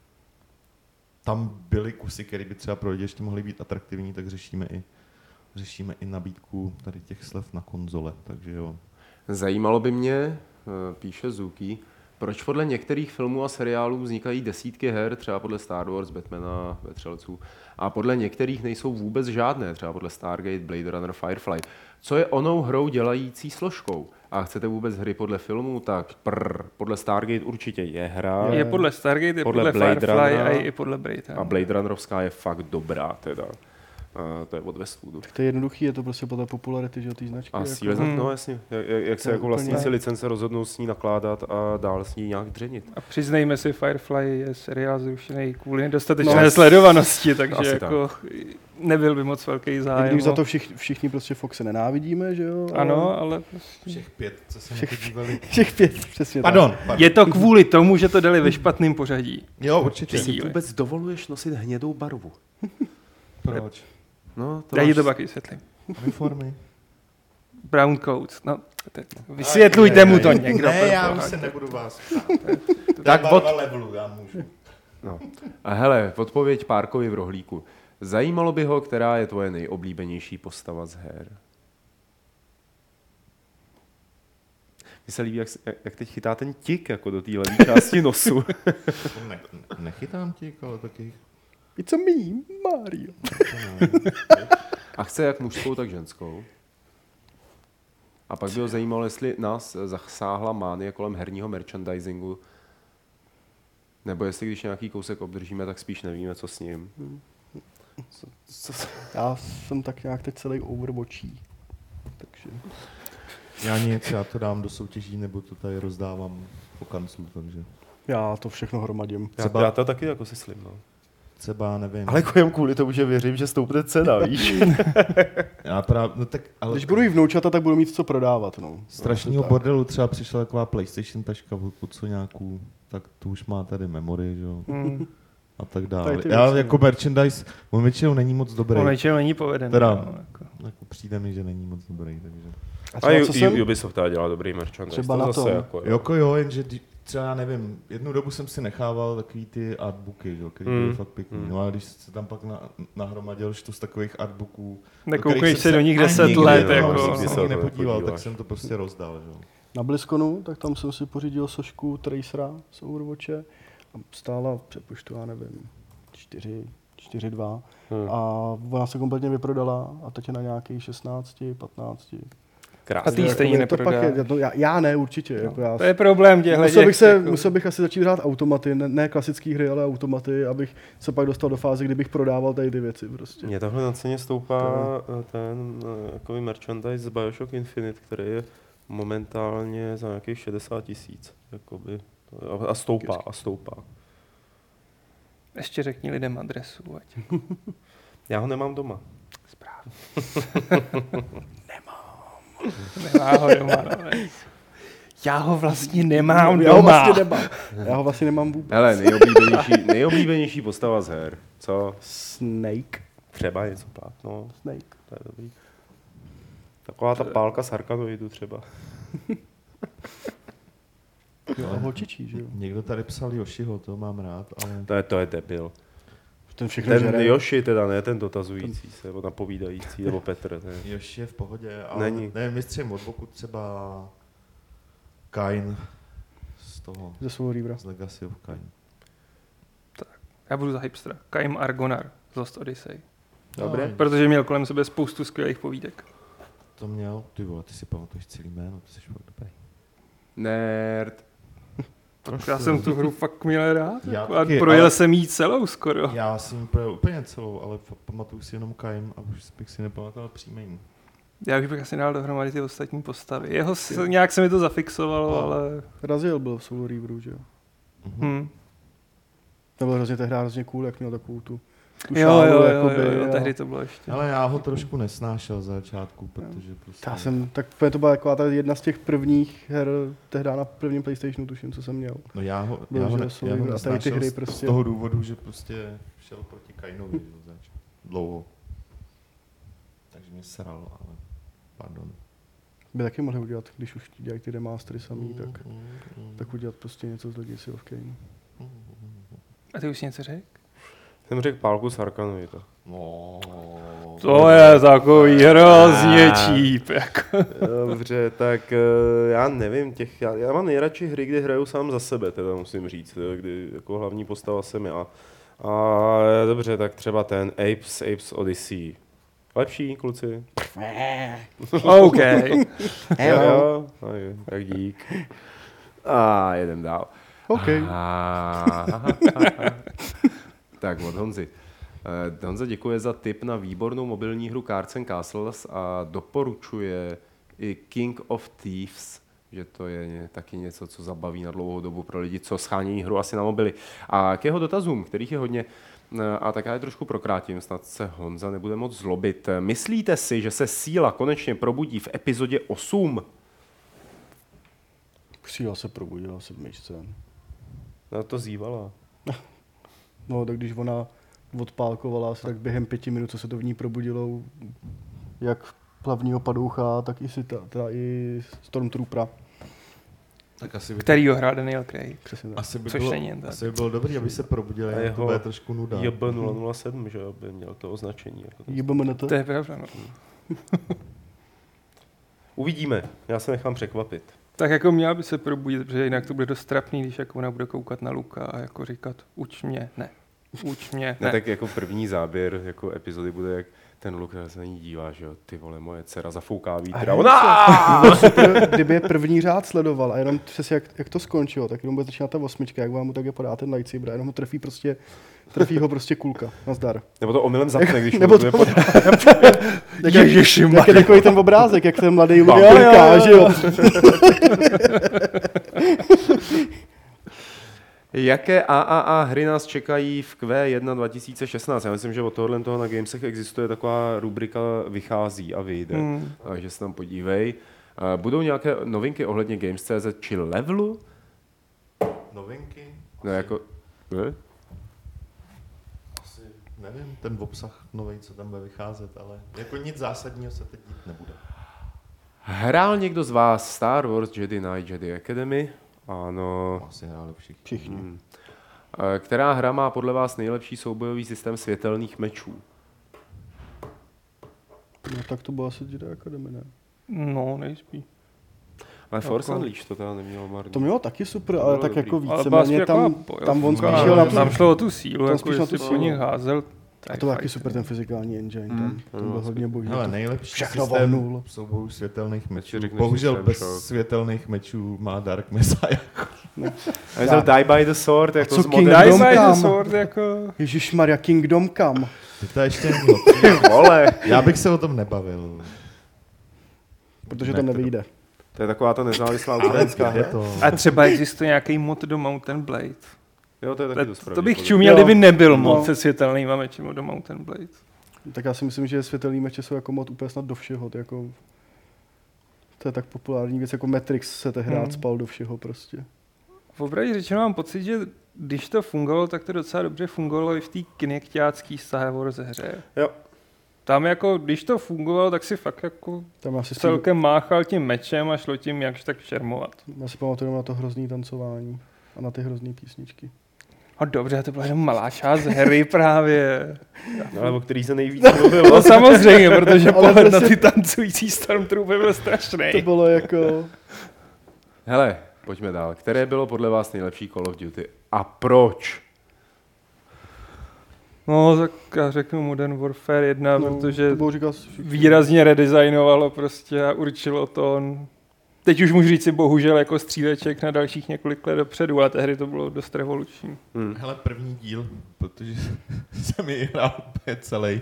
tam byly kusy, které by třeba pro lidi ještě mohly být atraktivní, tak řešíme i nabídku tady těch slev na konzole, takže jo. Zajímalo by mě, píše Zuki, proč podle některých filmů a seriálů vznikají desítky her, třeba podle Star Wars, Batmana, Vetřelců, a podle některých nejsou vůbec žádné, třeba podle Stargate, Blade Runner, Firefly. Co je onou hrou dělající složkou? A chcete vůbec hry podle filmů? Tak podle Stargate určitě je hra. Je podle Stargate, je podle Firefly a je i podle Blade. A Blade Runnerovská je fakt dobrá teda. To je od Westwoodu. To je jednoduchý, je to prostě podle popularity, že té značky. A jako... no jasně, jak se jako vlastníci licence rozhodnou s ní nakládat a dál s ní nějak dřenit. A přiznejme si, Firefly je seriál zrušený kvůli nedostatečné sledovanosti, takže jako nebyl by moc velký zájem. Když za to všichni prostě Foxe nenávidíme, že jo? Ano, ale... Všech 5, co se na to dívali. Všech 5, přesně Pardon. Je to kvůli tomu, že to dali ve špatném pořadí. Jo, určitě. Ty si vůbec dovoluješ nosit hnědou barvu? Proč? No, Já ti to pak vysvětlím. Uniformy. Brown coat. No, vysvětlujte mu to někdo. Ne, já už se nebudu vás ptát. Tak barva levelu, já můžu. No. A hele, odpověď Párkovi v rohlíku. Zajímalo by ho, která je tvoje nejoblíbenější postava z her. Mně se líbí, jak teď chytá ten tik jako do té levé části nosu. Nechytám tik, ale taky... It's a me, Mario. A chce jak mužskou, tak ženskou. A pak by ho zajímalo, jestli nás zasáhla mánie kolem herního merchandisingu, nebo jestli když nějaký kousek obdržíme, tak spíš nevíme, co s ním. Já jsem tak nějak teď celý overwatchí. Takže... Já nic, já to dám do soutěží, nebo to tady rozdávám po kanclu, takže... Já to všechno hromadím. Já to taky jako si slim, no. Třeba, nevím. Ale jen kvůli tomu, že věřím, že stoupne cena, víš? Já právě, no tak, ale... Když budu jí vnoučata, tak budu mít co prodávat, no. Strašného bordelu třeba přišla taková PlayStation taška od Soňáků, tak tu už má tady memory, že jo. A tak dále. Já jako merchandise, on většinou není moc dobrý. On většinou není povedený. Teda, no, jako přijde mi, že není moc dobrý, takže... A Ubisoft dělá dobrý merchandise. Třeba na to. Jako, jo, jenže třeba já nevím, jednu dobu jsem si nechával takový ty artbooky, jo, který byly fakt pěkný. No a když se tam pak nahromadil štus takových artbooků, Nekoukneš se do nich 10 let. Jako, jsem se to nepodíval, tak nepodíváš. jsem to prostě rozdal. Jo. Na BlizzConu, tak tam jsem si pořídil sošku Tracera z Overwatche a stála, přepočtu, já nevím, 4,2 a ona se kompletně vyprodala a teď je na nějakých 16, 15. A Krásný. ty ji stejně Je to pak neprodá. já ne určitě. Jako já, To je problém těchhle musel bych asi začít hrát automaty, ne klasické hry, ale automaty, abych se pak dostal do fáze, kdybych prodával tady ty věci prostě. Mě takhle na ceně stoupá ten takový merchandise z Bioshock Infinite, který je momentálně za nějakých 60 000. Jakoby. A stoupá. Ještě řekni lidem adresu, ať. Já ho nemám doma. Správně. Nemá ho doma, no. Já ho vlastně nemám doma. Já ho vlastně nemám vůbec. Hele, nejoblíbenější postava z her. Co? Snake. Třeba něco pát, no. Snake. To je dobrý. Taková ta pálka z Arkanoidu třeba. Jo, a holčičí, že jo. Někdo tady psal Yoshiho, to mám rád, ale... To je debil. Ten všechno Ten žere. Yoshi teda, ne ten dotazující se, nebo napovídající, nebo Petr. Ne. Yoshi je v pohodě, ale Není. nevím, mistřem od boku třeba Kain z toho, Ze svou Reavera. z Legacy of Kain. Já budu za hipstera. Kaim Argonar z Lost Odyssey. Dobré. No, Protože měl kolem sebe spoustu skvělých povídek. to měl, ty vole, ty si pamatuješ celý jméno, ty jsi fakt dobrý. Nerd. Já jsem tu hru fakt měl rád. Já A taky, projel ale- jsem jí celou skoro. Já jsem ji projel úplně celou, ale pamatuju si jenom Kain a už bych si nepamatoval příjmení. Já bych asi dal dohromady ty ostatní postavy. Nějak se mi to zafixovalo, No. ale... Raziel byl v Soul Reaveru, že jo. Hm. To byl hrozně tehdy hrozně cool, jak měl takovou tu Jo, šálu, jakoby, jo, a- tehdy to bylo ještě. Ale já ho trošku nesnášel za začátku, protože prostě... Tak to byla taková ta jedna z těch prvních her, tehdy na prvním PlayStationu, tuším, co jsem měl. No já ho Soul Reaver a tady ty hry z prostě. toho důvodu, že prostě šel proti Kainovi dlouho. Takže mě sral, ale pardon. By taky mohli udělat, když už dělají ty remastery samý, tak udělat prostě něco z Legacy of Kain. A ty už jsi něco řekl? Jsem řekl pálku z Arkanoidu. No, To je takový hrozně cheap. Jako. Dobře, tak já nevím, já mám nejradši hry, kdy hraju sám za sebe, teda musím říct, kdy jako hlavní postava jsem já. A dobře, tak třeba ten Apes Odyssey. Lepší, kluci? OK. Jo, tak dík. A jedem dál. OK. Tak od Honzy. Honza děkuje za tip na výbornou mobilní hru Cards and Castles a doporučuje i King of Thieves, že to je taky něco, co zabaví na dlouhou dobu pro lidi, co schánějí hru asi na mobily. A k jeho dotazům, kterých je hodně, a tak já je trošku prokrátím, snad se Honza nebude moc zlobit. Myslíte si, že se síla konečně probudí v epizodě 8? Síla se probudila v 7. No to zývala. No, tak když ona odpálkovala asi tak během 5 minut, co se to v ní probudilo, jak hlavního padoucha, tak i i Stormtroopera. tak asi by, Který ho hrál Daniel Craig. Přesně tak. asi by, Což bylo, není jen tak. asi by bylo dobrý, aby se probudili, A ale to jeho bude trošku nuda. JB007, že jo, by měl to označení. Jako to. JBMNT. To je pravda, no. Uvidíme, já se nechám překvapit. Tak jako měla by se probudit, protože jinak to bude dost trapný, když jako ona bude koukat na Luka a jako říkat, uč mě, ne. Uč mě, Ne, ne. tak jako první záběr jako epizody bude, jak ten Luke se na ní dívá, že jo, ty vole, moje dcera zafouká vítr. Kdyby je první řád sledoval a jenom přesně jak to skončilo, tak jenom bude začínat ta 8, jak vám mu tak je podá ten lightsaber a jenom ho trefí ho prostě kulka. Nazdar. Nebo to omylem zapne, když Nebo mu to to- nepodá. Jak je takový ten obrázek, jak ten mladý Luke Jo, jo, kouká, jo. že jo? Jaké AAA hry nás čekají v Q1 2016? Já myslím, že od tohohle toho na Gamesech existuje taková rubrika Vychází a vyjde. Takže se tam podívej. Budou nějaké novinky ohledně Games.cz či Levelu? Novinky? No jako... Ne? Asi nevím, ten obsah nový, co tam bude vycházet, ale jako nic zásadního se teď dít nebude. Hrál někdo z vás Star Wars Jedi Knight Jedi Academy? Ano. Asi hráli Všichni. Která hra má podle vás nejlepší soubojový systém světelných mečů? No tak to bylo asi Jedi Academy, ne? No, nejspíš. Ale Force Jako- Unleashed to teda nemělo marný. To mělo taky super, To ale bylo tak dobrý. jako Ale byla víceméně spíš tam, taková tam on bojovka, spíš jel na tu... tam šlo o tu sílu, tam jako spíš na tu jestli po sílu. nich házel. A to byl taky super ten fyzikální engine, tam byl hodně boží. Ale nejlepší Všechno systém vohnul. soubojů světelných mečů. řekneš Bohužel systém, bez šok. světelných mečů má Dark Messiah. A je to Die by the Sword, jako co z King moderní... Kingdom Die by the kam? Sword, jako... Ježišmarja, Kingdom Come. To ještě nebylo. Vole, Já bych se o tom nebavil. Protože Ne, to nevyjde. to je taková ta nezávislá ukrajinská Je hra. to... A třeba existuje nějaký mod do Mountain Blade. Jo, to je taky dost To bych pravděpodobný. čuměl, Jo. kdyby nebyl mod No. se světelnýma mečima do Mountain Blade. Tak já si myslím, že světelný meče jsou jako mod úplně snad do všeho. To je tak populární věc, jako Matrix se tehdy spal do všeho prostě. V opravdu řečeno mám pocit, že když to fungovalo, tak to docela dobře fungovalo i v té kinekťácký Star Wars hře. Jo. Tam jako, když to fungovalo, tak si fakt jako Tam asi celkem máchal tím mečem a šlo tím jakž tak šermovat. Já si pamatuju na to hrozný tancování a na ty hrozný písničky. A dobře, to byla jenom malá část hry právě. No, ale o který se nejvíc mluvilo. No samozřejmě, protože Ale pohled na prostě- ty tancující Stormtrooper byl strašný. To bylo jako... Hele, pojďme dál. Které bylo podle vás nejlepší Call of Duty? A proč? No, tak já řeknu Modern Warfare 1, protože to bylo říkal, výrazně redesignovalo prostě a určilo to. Teď už můžu říct si bohužel jako stříleček na dalších několik let dopředu, ale tehdy to bylo dost revoluční. Hele, první díl, protože jsem ji hrál úplně celý.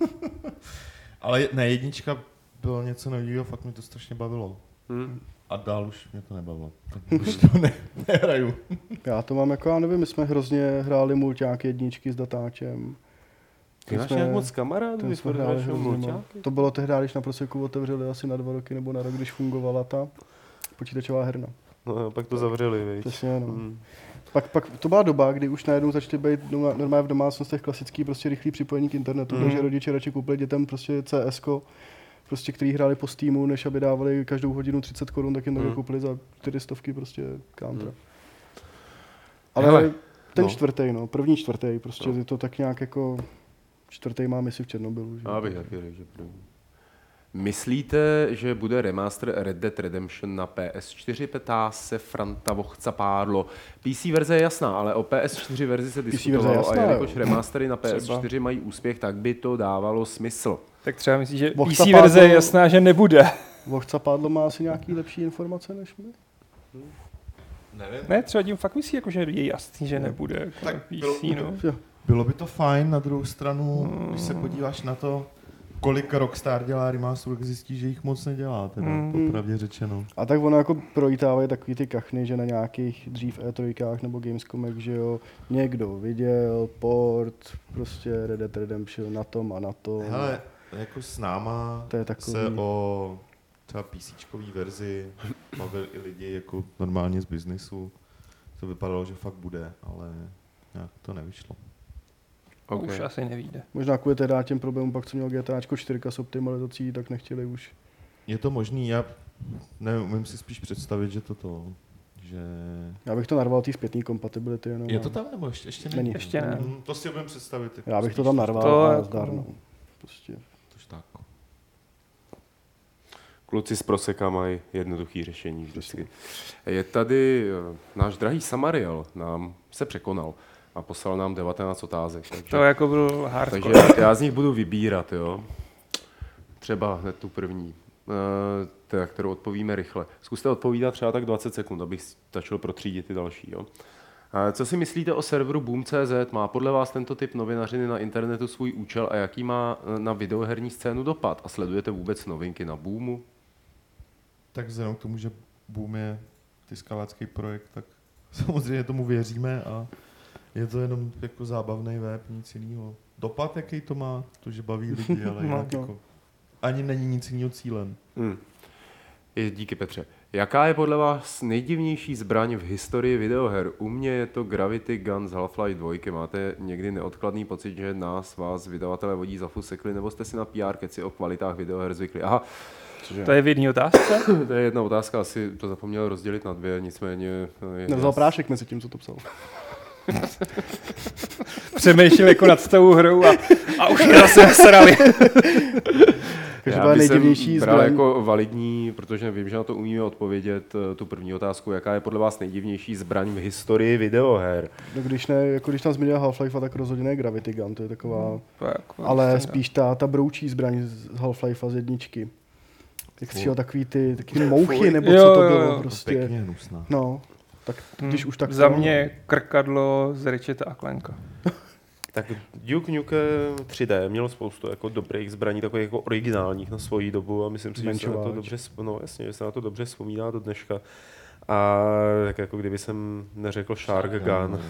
Ale ne, jednička bylo něco nového, fakt mi to strašně bavilo. A dál už mě to nebavilo. Tak už to nehraju. Já to mám jako, já nevím, my jsme hrozně hráli mulťáky jedničky s datáčem. Ty máš nějak moc kamarádů, Ten vy jsme furt hráli hraješ jenom hrozně mulťáky? moc. To bylo tehdy, když na Proseku otevřeli asi na 2 roky nebo na rok, když fungovala ta počítačová herna. No, pak to zavřeli, viď? Přesně, no. Pak to byla doba, kdy už najednou začaly být normálně v domácnostech klasický prostě rychlý připojení k internetu, takže rodiče radši koupili dětem prostě CSko, prostě, který hráli po Steamu, než aby dávali každou hodinu 30 korun, tak jim to koupili za 400 prostě Counter. Ale Hele, ten no. čtvrtý, no, první čtvrtý, prostě je to tak nějak jako čtvrtý má misi v Černobylu. Že? Já bych taky řekl, že první. Myslíte, že bude remaster Red Dead Redemption na PS4? Ptá se Franta Vochcapádlo. PC verze je jasná, ale o PS4 verzi se verze je diskutovalo jasná, a jelikož jo. remastery na PS4 mají úspěch, tak by to dávalo smysl. Tak třeba myslíš, že Vochca PC verze je pádlo- jasná, že nebude. Vochcapádlo má asi nějaký lepší informace než my? Nevím. Ne, třeba tím fakt myslí, jako, že je jasný, že nebude. Jako Tak na bylo- PC, no. Jo. Bylo by to fajn, na druhou stranu, když se podíváš na to, kolik Rockstar dělá remasterů, tak zjistíš, že jich moc nedělá, teda, popravdě řečeno. A tak ono jako prolítávají takový ty kachny, že na nějakých dřív E3 nebo Gamescomech, že jo, někdo viděl port, prostě Red Dead Redemption na tom a na tom. Hele, jako s náma To je takový- se o třeba PC-čkový verzi bavili i lidi jako normálně z biznisu. To vypadalo, že fakt bude, ale nějak to nevyšlo. Okay. Už asi nevíde. Možná kvůli teda těm problémům, pak co měl GTAčko 4 s optimalizací, tak nechtěli už. Je to možný, já neumím si spíš představit, že že... Já bych to narval té zpětný kompatibility jenom. Je to tam nebo ještě není? Není. Ještě ne. To si umím představit. jako Já bych to spíš tam narval To a jako- zdárno. Prostě. tož tak. Kluci z Proseka mají jednoduché řešení vždycky. Je tady náš drahý Samariel, nám se překonal a poslal nám 19 otázek. Takže, To jako byl hardcore. takže já z nich budu vybírat, jo. Třeba hned tu první, teda, kterou odpovíme rychle. Zkuste odpovídat třeba tak 20 sekund, abych stačil protřídit ty další, jo. Co si myslíte o serveru Boom.cz? Má podle vás tento typ novinařiny na internetu svůj účel a jaký má na videoherní scénu dopad? A sledujete vůbec novinky na Boomu? Tak vzhledem k tomu, že Boom je tiskalácký projekt, tak samozřejmě tomu věříme a je to jenom jako zábavný web, nic jiného. Dopad, jaký to má, to, že baví lidi, ale jinak No. jako ani není nic jiného cílem. Díky Petře. Jaká je podle vás nejdivnější zbraň v historii videoher? U mě je to Gravity Gun z Half-Life 2. Máte někdy neodkladný pocit, že vás vydavatelé vodí za fusekli, nebo jste si na PR keci o kvalitách videoher zvykli? Aha, cože? To je v jedné otázce? To je jedna otázka, asi to zapomněl rozdělit na dvě, nicméně... Nevzal prášek mezi tím, co to psal. Přemýšlel jako nad tou hrou a už je zase nasrali. Já bych bral jako validní, protože vím, že na to umíme odpovědět, tu první otázku, jaká je podle vás nejdivnější zbraň v historii videoher? No když tam zmínil Half-Life, tak rozhodně ne Gravity Gun, to je taková, ale spíš ta broučí zbraň z Half-Life z jedničky. Jak střílel takový ty mouchy, nebo co to bylo prostě. Pěkně hnusná. No, tak když už tak... Za mě krkadlo z Ratcheta a Clanka. Tak Duke Nukem 3D mělo spoustu jako dobrých zbraní, takových jako originálních na svoji dobu a myslím si, že se na to dobře, že se na to dobře vzpomíná do dneška. A tak jako kdyby jsem neřekl Shark Gun,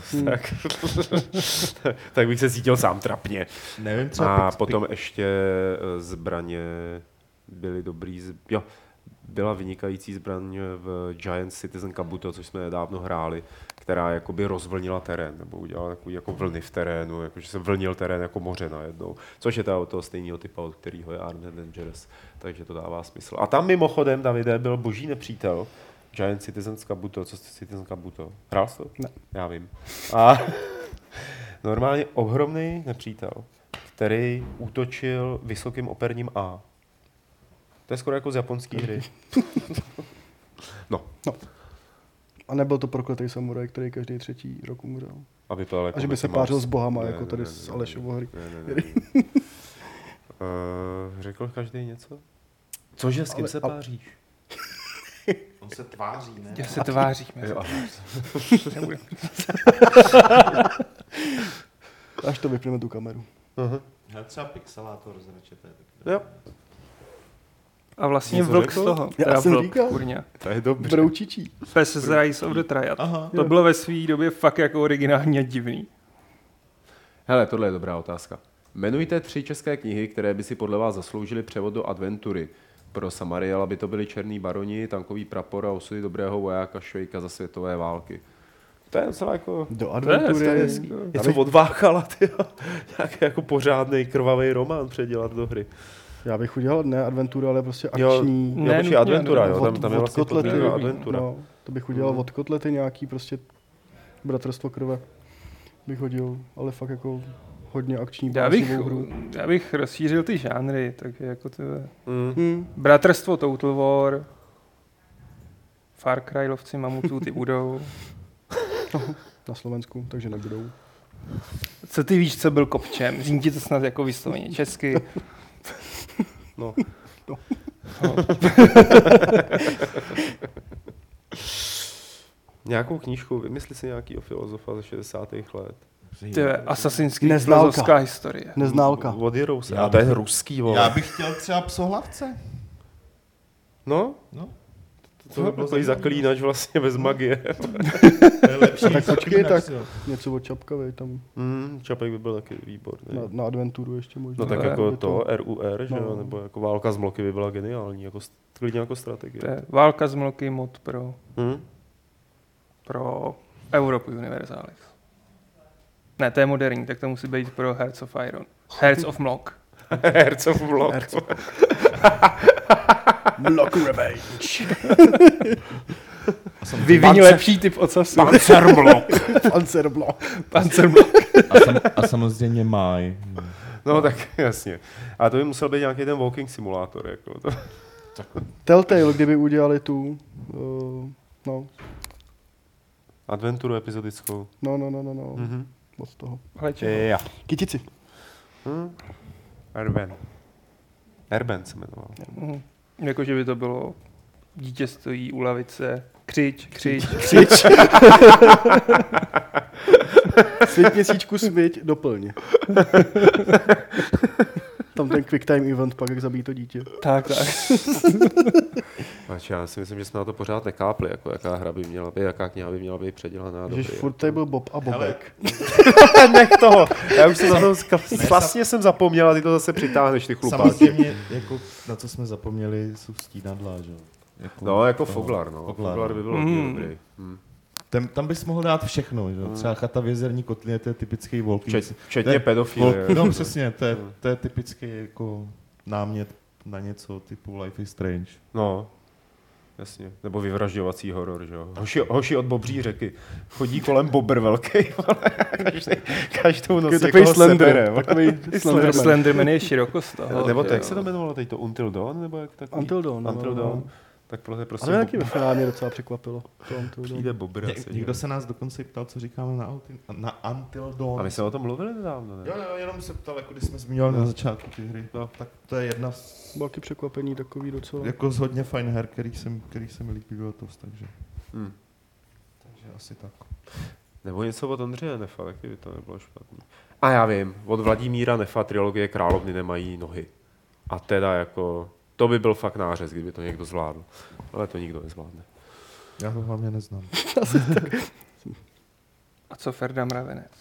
tak bych se cítil sám trapně. Nevím, co a potom ještě zbraně byly dobrý, byla vynikající zbraň v Giant Citizen Kabuto, což jsme nedávno hráli, která jakoby rozvlnila terén, nebo udělala takový jako vlny v terénu, jakože se vlnil terén jako moře najednou, což je od toho stejného typu, od kterého je Armed Dangerous, takže to dává smysl. A tam mimochodem, Davide, byl boží nepřítel, Giant Citizen Kabuto, co jste Citizen Kabuto? Hrál jsi to? Ne. Já vím. A normálně ohromný nepřítel, který útočil vysokým operním A. To je skoro jako z japonský hry. No. A nebyl to prokletý samuraj, který každý třetí rok umřel. A vypadal jako a že by se pářil s bohama, jako tady z Alešovo hry. Řekl každý něco? Cože, s kým se páříš? On se tváří, ne? Já se tváříme. Až to vypneme tu kameru. Já třeba pixelátor z Ratcheta. Jo. A vlastně něco vlk řekl? z toho. Já jsem říkal. Kurňa. To je dobře. Broučičí. Pes z Rise of the Triad. Aha. To bylo ve své době fakt jako originální a divný. Hele, tohle je dobrá otázka. Jmenujte 3 české knihy, které by si podle vás zasloužily převod do adventury. Pro Samariela by to byli Černý baroni, Tankový prapor a Osudy dobrého vojáka Švejka za světové války. To je docela jako... Do adventury. Něco odváchala, nějaký jako pořádnej krvavý román předělat do hry. Já bych udělal ne adventuru, ale prostě akční. Jo, adventura, jo, tam je vlastně kotlety, adventura. No, to bych udělal od kotlety nějaký prostě bratrstvo krve. Bych hodil, ale fakt jako hodně akční básnivou hru. Já bych rozšířil ty žánry, takže jako to Bratrstvo Total War, Far Cry lovci mamutů, ty budou. Na Slovensku, takže nebudou. Co ty víš, co byl kopčem? Zní ti to snad jako vysloveně česky. No. Nějakou knížku, vymysli si nějakýho filozofa ze 60. let. To je Assassin's Creed, filozofská historie. Neználka. Od Jirouse. A to je ruský, vole. Já bych chtěl třeba Psohlavce. No. To by bylo takový zaklínač vlastně bez magie. To je lepší. Tak počkej, tak něco od Čapkavej tam. Čapek by byl taky výborný. Na adventuru ještě možná. No tak jako to RUR, že jo, nebo jako Válka z mloky by byla geniální, jako klidně jako strategie. To je Válka z mloky mod pro Europe Universalis. Ne, to je moderní, tak to musí být pro Hearts of Iron. Hearts of Mlok. Hearts of Mlok. Mlok Revenge. Vyviň lepší typ ocasu. Panzermlok. Panzerblok. A samozřejmě Maj. No tak jasně. A to by musel být nějaký ten walking simulátor. Jako to. Telltale, kdyby udělali tu... Adventuru epizodickou. No. Moc toho. Já. Kytici. Erben se jmenoval. Jakože by to bylo dítě stojí u lavice, křič. Svět měsíčku svěť, doplň. Tam ten quick time event pak, jak zabíjí to dítě. Tak. Já si myslím, že jsme na to pořád nekápli, jako jaká hra by měla být, jaká kniha by měla být předělaná. Že furt tady byl Bob a Bobek. Nech toho. Já už jsem na to vlastně jsem zapomněl a ty to zase přitáhneš, ty chlupáky. Samozřejmě, jako, na co jsme zapomněli, jsou stínadla, že jo. No, jako Foglar, no. Foglar by byl hodně dobrý. Tam bys mohl dát všechno, že? Třeba Chata v jezerní kotlině, to je typický Walking. Včetně pedofilie. No přesně, to je typický jako námět na něco typu Life is Strange. No, jasně. Nebo vyvražďovací horor, že jo. Hoši od Bobří řeky. Chodí kolem bobr velký, každou noc Takový někoho sebere. Takový Slenderman je širokost toho. Nebo to, jak se to jmenovalo teď to Until Dawn? Nebo jak takový? Until Dawn. Until Dawn. No. Tak prostě Ale nějaký ve finále mě docela překvapilo. přijde bobr. Někdo se nás dokonce ptal, co říkáme na Until Dawn. A my jsme o tom mluvili nedávno, ne? Jo, jenom se ptal, jako když jsme zmiňovali na začátku ty hry. No, tak to je jedna z, Velký překvapení takový docela. jako z hodně fajn her, který se mi líbí letos, takže asi tak. Nebo něco od Ondřeje Nefa, taky by to nebylo špatný. A já vím, od Vladimíra Nefa trilogie Královny nemají nohy. A teda jako, to by byl fakt nářez, kdyby to někdo zvládl. Ale to nikdo nezvládne. Já ho hlavně neznám. A co Ferda Mravenec?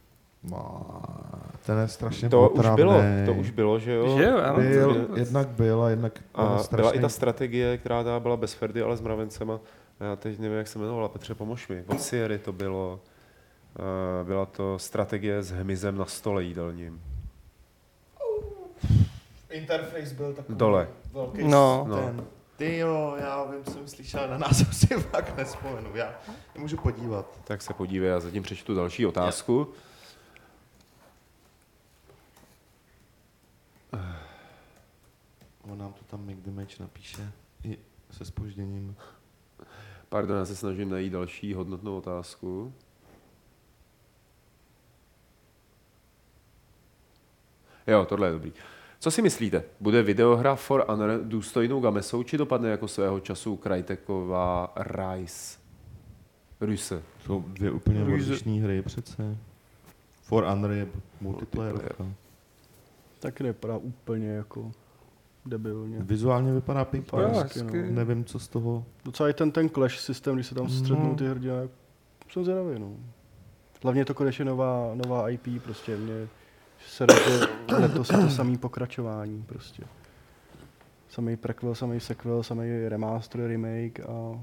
Ten je strašně To potravnej. už bylo, že jo? Že jo, ano. Jednak byl a jednak A strašný. byla i ta strategie, která byla bez Ferdy, ale s mravencema. Já teď nevím, jak se jmenovala, Petře, pomož mi. Od Sierry to bylo. Byla to strategie s hmyzem na stole jídelním. Interface byl takový Dole. velký No. ten. Ty jo, já vím, co myslíš, ale na nás si fakt nespomenu. Já nemůžu podívat. Tak se podívej, já zatím přečtu další otázku. On nám to tam Make the Match napíše i se zpožděním. Pardon, já se snažím najít další hodnotnou otázku. Jo, tohle je dobrý. Co si myslíte? Bude videohra For Honor důstojnou gamesou, či dopadne jako svého času Cryteková Ruse? Jsou dvě úplně Růže. odlišné hry přece. For Honor je multiplayer. Taky nevypadá úplně jako debilně. Vizuálně vypadá pěkně. Jo, hezky, hezky. no. Nevím, co z toho. Docela i ten clash systém, když se tam střetnou ty hrdinové, jsem zvědavý, no. Hlavně je to konečně nová IP, prostě mě se že letos je to samý pokračování, prostě. Samý prequel, samý sequel, samý remaster, remake a...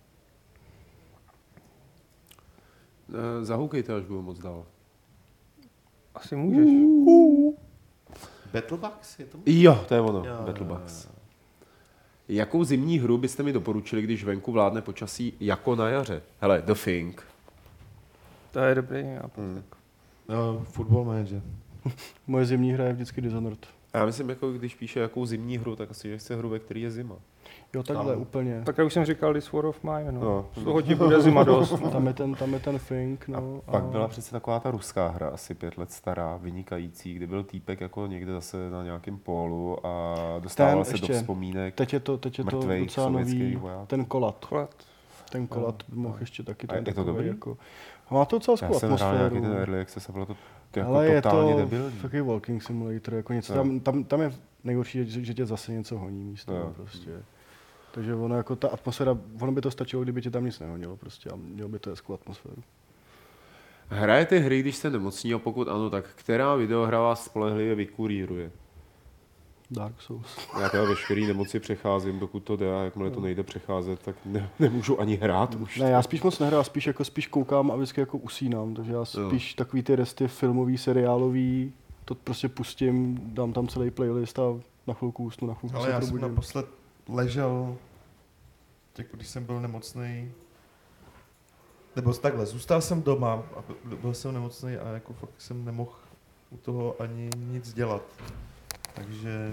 Zahoukejte, až budu moc dál. Asi můžeš. Battlebugs je to? Jo, to je ono, Jo, Battlebugs. Jakou zimní hru byste mi doporučili, když venku vládne počasí jako na jaře? Hele, The Thing. To je dobrý nápad. Football Manager. Moje zimní hra je vždycky Dishonored. A já myslím, jako když píše jakou zimní hru, tak asi že chce hru, ve který je zima. Jo, takhle Tam. úplně. Tak já už jsem říkal This War of Mine, no. No. Z toho ti bude zima dost. Tam je ten Fink, no. Pak byla přece taková ta ruská hra, asi 5 let stará, vynikající, kde byl týpek jako někde zase na nějakém pólu a dostával se do ještě. vzpomínek. Teď je to mrtvejch docela nový, sovětských vojáků. ten Kolat. Kolat. Ten Kolat by mohl ještě taky A ten je to takový dobrý? jako... Má to docela Já jsem hrál atmosféru. nějaký ten early access a bylo to jako Ale je totálně to debilní. takový walking simulator, jako něco, No. tam je nejhorší, že tě zase něco honí místo, No. prostě. Takže ono jako ta atmosféra, ono by to stačilo, kdyby tě tam nic nehonilo prostě a mělo by to hezkou atmosféru. Hrajete hry, když jste nemocní a pokud ano, tak která videohra vás spolehlivě vykuríruje? Dark Souls. Já teda veškerý nemoci přecházím, dokud to jde a jakmile to nejde přecházet, tak nemůžu ani hrát už. Ne, já spíš moc nehraju, spíš koukám a vždycky jako usínám, takže já spíš takový ty resty filmový, seriálový, to prostě pustím, dám tam celý playlist a na chvilku usnu, na chvilku Ale se já jsem probudím. naposled ležel, jako když jsem byl nemocný, nebo takhle, zůstal jsem doma a byl jsem nemocný a jako fakt jsem nemohl u toho ani nic dělat. Takže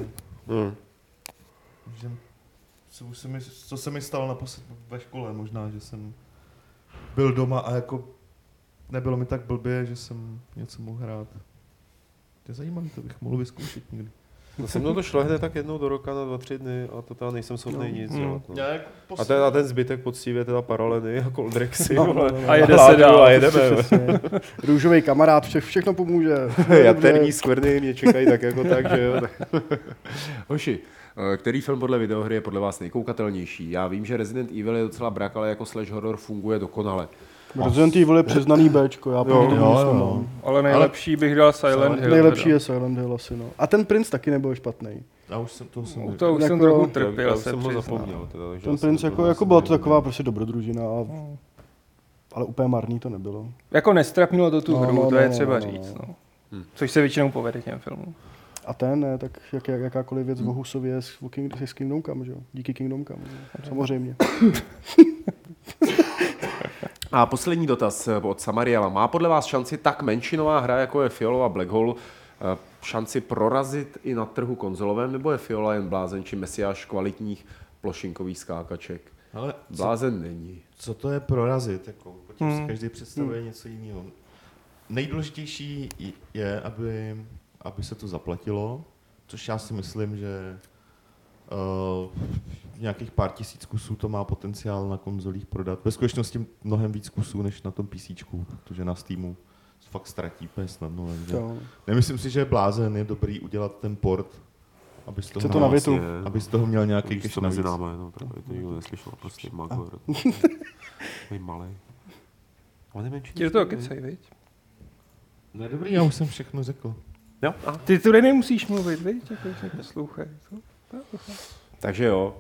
že co se mi stalo naposled ve škole, možná, že jsem byl doma a jako nebylo mi tak blbě, že jsem něco mohl hrát. To je zajímavé, to bych mohl vyzkoušet někdy. No se mnou to šlo hned tak jednou do roka na 2-3 dny a to teda nejsem schopný nic dělat. No. A ten zbytek poctivě teda paraleny a koldrexy. No. A jede se dál. A jedeme. Růžový kamarád, všechno pomůže. Jaterní skvrny mě čekají tak jako tak, že jo. Hoši, který film podle videohry je podle vás nejkoukatelnější? Já vím, že Resident Evil je docela brak, ale jako slash horror funguje dokonale. Resident Evil je přiznaný Bčko, já Jo, myslím. Ale nejlepší bych dal Silent Hill. Nejlepší teda. je Silent Hill asi, no. A ten Prince taky nebyl špatný. Já už jsem toho jsem... To už jsem Jako- trochu Já trpěl, už se jsem ho přiznám. zapomněl. Teda, takže Ten já jsem princ to jako byla to taková prostě dobrodružina, ale úplně marný to nebylo. Jako nestrapnilo to tu No, hru, no, to no, je no, třeba no, no. říct. No. Což se většinou povede těm filmům. A ten ne, tak jakákoliv věc o Husově je s Kingdom Come, že jo? Díky Kingdom Come, samozřejmě. A poslední dotaz od Samariela. Má podle vás šanci tak menšinová hra, jako je Fiola Black Hole, šanci prorazit i na trhu konzolovém, nebo je Fiola jen blázen či mesiáš kvalitních plošinkových skákaček? Ale Blázen není. co to je prorazit? Jako, potom si každý představuje něco jiného. Nejdůležitější je, aby se to zaplatilo, což já si myslím, že nějakých pár tisíc kusů to má potenciál na konzolích prodat. Ve skutečnosti mnohem víc kusů než na tom PCčku, protože na Steamu fakt ztratí úplně snadno. Takže nemyslím si, že je blázen, je dobrý udělat ten port, aby z toho, Chce to na větu. aby z toho měl nějaký Když cash to mezi navíc. námi, no, právě to nikdo neslyšel, prostě Magor. Takový malej. On je menší. Ti do toho kecej, viď? No dobrý, já už jsem všechno řekl. Jo? Ty tady nemusíš mluvit, viď? Jako se poslouchej. Takže jo.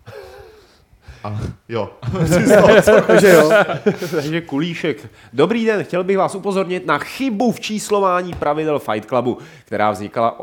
A jo. Takže jo. Takže Kulíšek. Dobrý den, chtěl bych vás upozornit na chybu v číslování pravidel Fight Clubu, která vznikla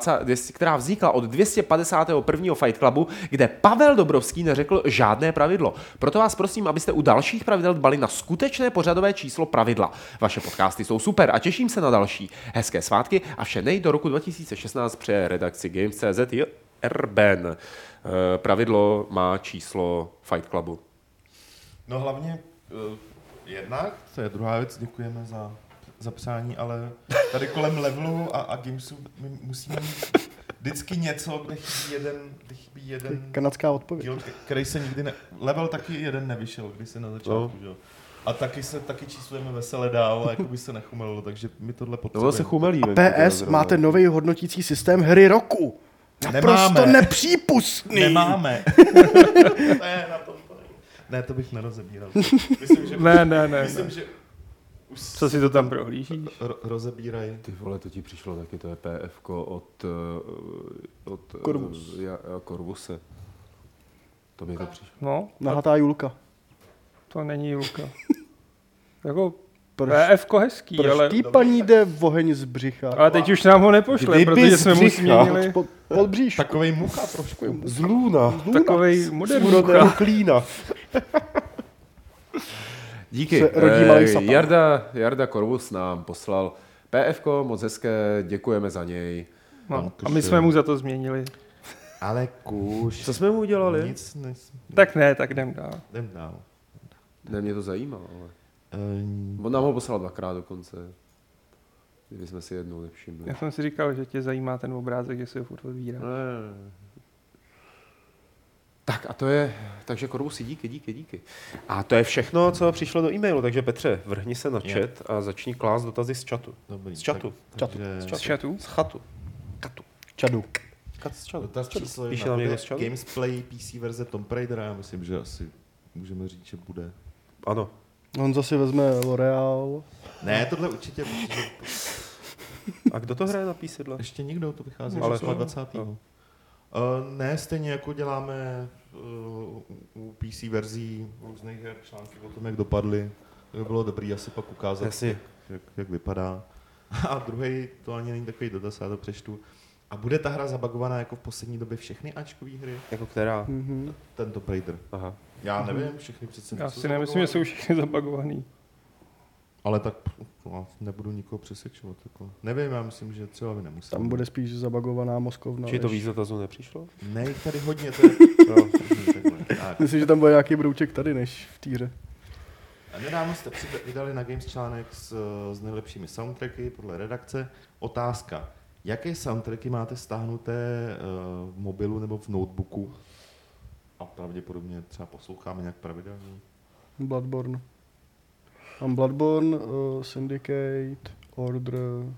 od 251. Fight Clubu, kde Pavel Dobrovský neřekl žádné pravidlo. Proto vás prosím, abyste u dalších pravidel dbali na skutečné pořadové číslo pravidla. Vaše podcasty jsou super a těším se na další. Hezké svátky a vše nej do roku 2016 přeje redakci Games.cz Erben. Pravidlo má číslo Fight Clubu. No hlavně jednak, to je druhá věc, děkujeme za přání, ale tady kolem levelu a gamesu my musíme mít vždycky něco, kde chybí jeden Kanadská odpověď. díl, který se nikdy level taky jeden nevyšel, když se na začátku, že jo. A taky číslujeme vesele dál, a jako by se nechumelilo, takže my tohle No potřebujeme. se chumelí. PS, máte nový hodnotící systém hry roku. Naprosto nepřípustný. Nemáme. Ne, na tom to není. Ne, to bych nerozebíral. Myslím, že Ne. Myslím, že už Co si to tam prohlížíš? rozebírají. Ty vole, to ti přišlo taky, to je PFko od Corvus. Corvuse. To mi to přišlo. No, Nahatá Julka. to není Julka. Jako Proč? PFko hezký, ale... Proč paní jde oheň z břicha? Ale teď už nám ho nepošle, protože jsme mu změnili Pod bříš. Takovej mucha trošku. Z Luna. takovej moderní Úrodného mucha. klína. Díky. Se rodí malý satan. Jarda Corvus nám poslal PFko, moc hezké, děkujeme za něj. No, a my jsme mu za to změnili. Ale kuš. Co jsme mu udělali? Nic, Tak ne, tak jdem dál. jdem dál. Ne, mě to zajímá, ale... On nám ho poslal dvakrát dokonce. Kdyby jsme si jednou nevšimli. Já jsem si říkal, že tě zajímá ten obrázek, že si ho furt odbírá. Ne. Tak a to je, takže Corvusi, díky. A to je všechno, co přišlo do e-mailu, takže Petře, vrhni se na chat a začni klást dotazy z chatu. Dobrý. Z chatu. Takže Z chatu? Z chatu. Katu. Čadu. Kat z chatu. dotaz číslo Píše 1. nám někdo Bude z chatu? Gamesplay PC verze Tomb Raidera, já myslím, že asi můžeme říct, že bude. Ano. On zase vezme L'Oreal. Ne, tohle určitě, protože A kdo to hraje na písidle? ještě nikdo, to vychází Ale- 28. Ne, stejně jako děláme u PC verzí různých her, články o tom, jak dopadly. To by bylo dobrý asi pak ukázat, Jasně. jak vypadá. A druhý, to ani není takový dotaz, já to přečtu. A bude ta hra zabagovaná jako v poslední době všechny Ačkové hry? Jako která? Ten Tomb Raider. Aha. Já nevím, všechny přece Já nejsou si nemyslím, že jsou všechny zabagovaný. Ale tak nebudu nikoho přesvědčovat. Jako. Nevím, já myslím, že třeba by nemusel. Tam bude spíš zabagovaná mozkovna. Či to než- víc dotazů nepřišlo? Ne, jich tady hodně, to je... Jo. Tak. Myslím, že tam bude nějaký brouček tady, než v té hře. A nedávno jste vydali na Games článek s nejlepšími soundtracky podle redakce. Otázka. Jaké soundtracky máte stáhnuté v mobilu nebo v notebooku? A pravděpodobně třeba posloucháme nějak pravidelně. Bloodborne. Mám Bloodborne, Syndicate, Order.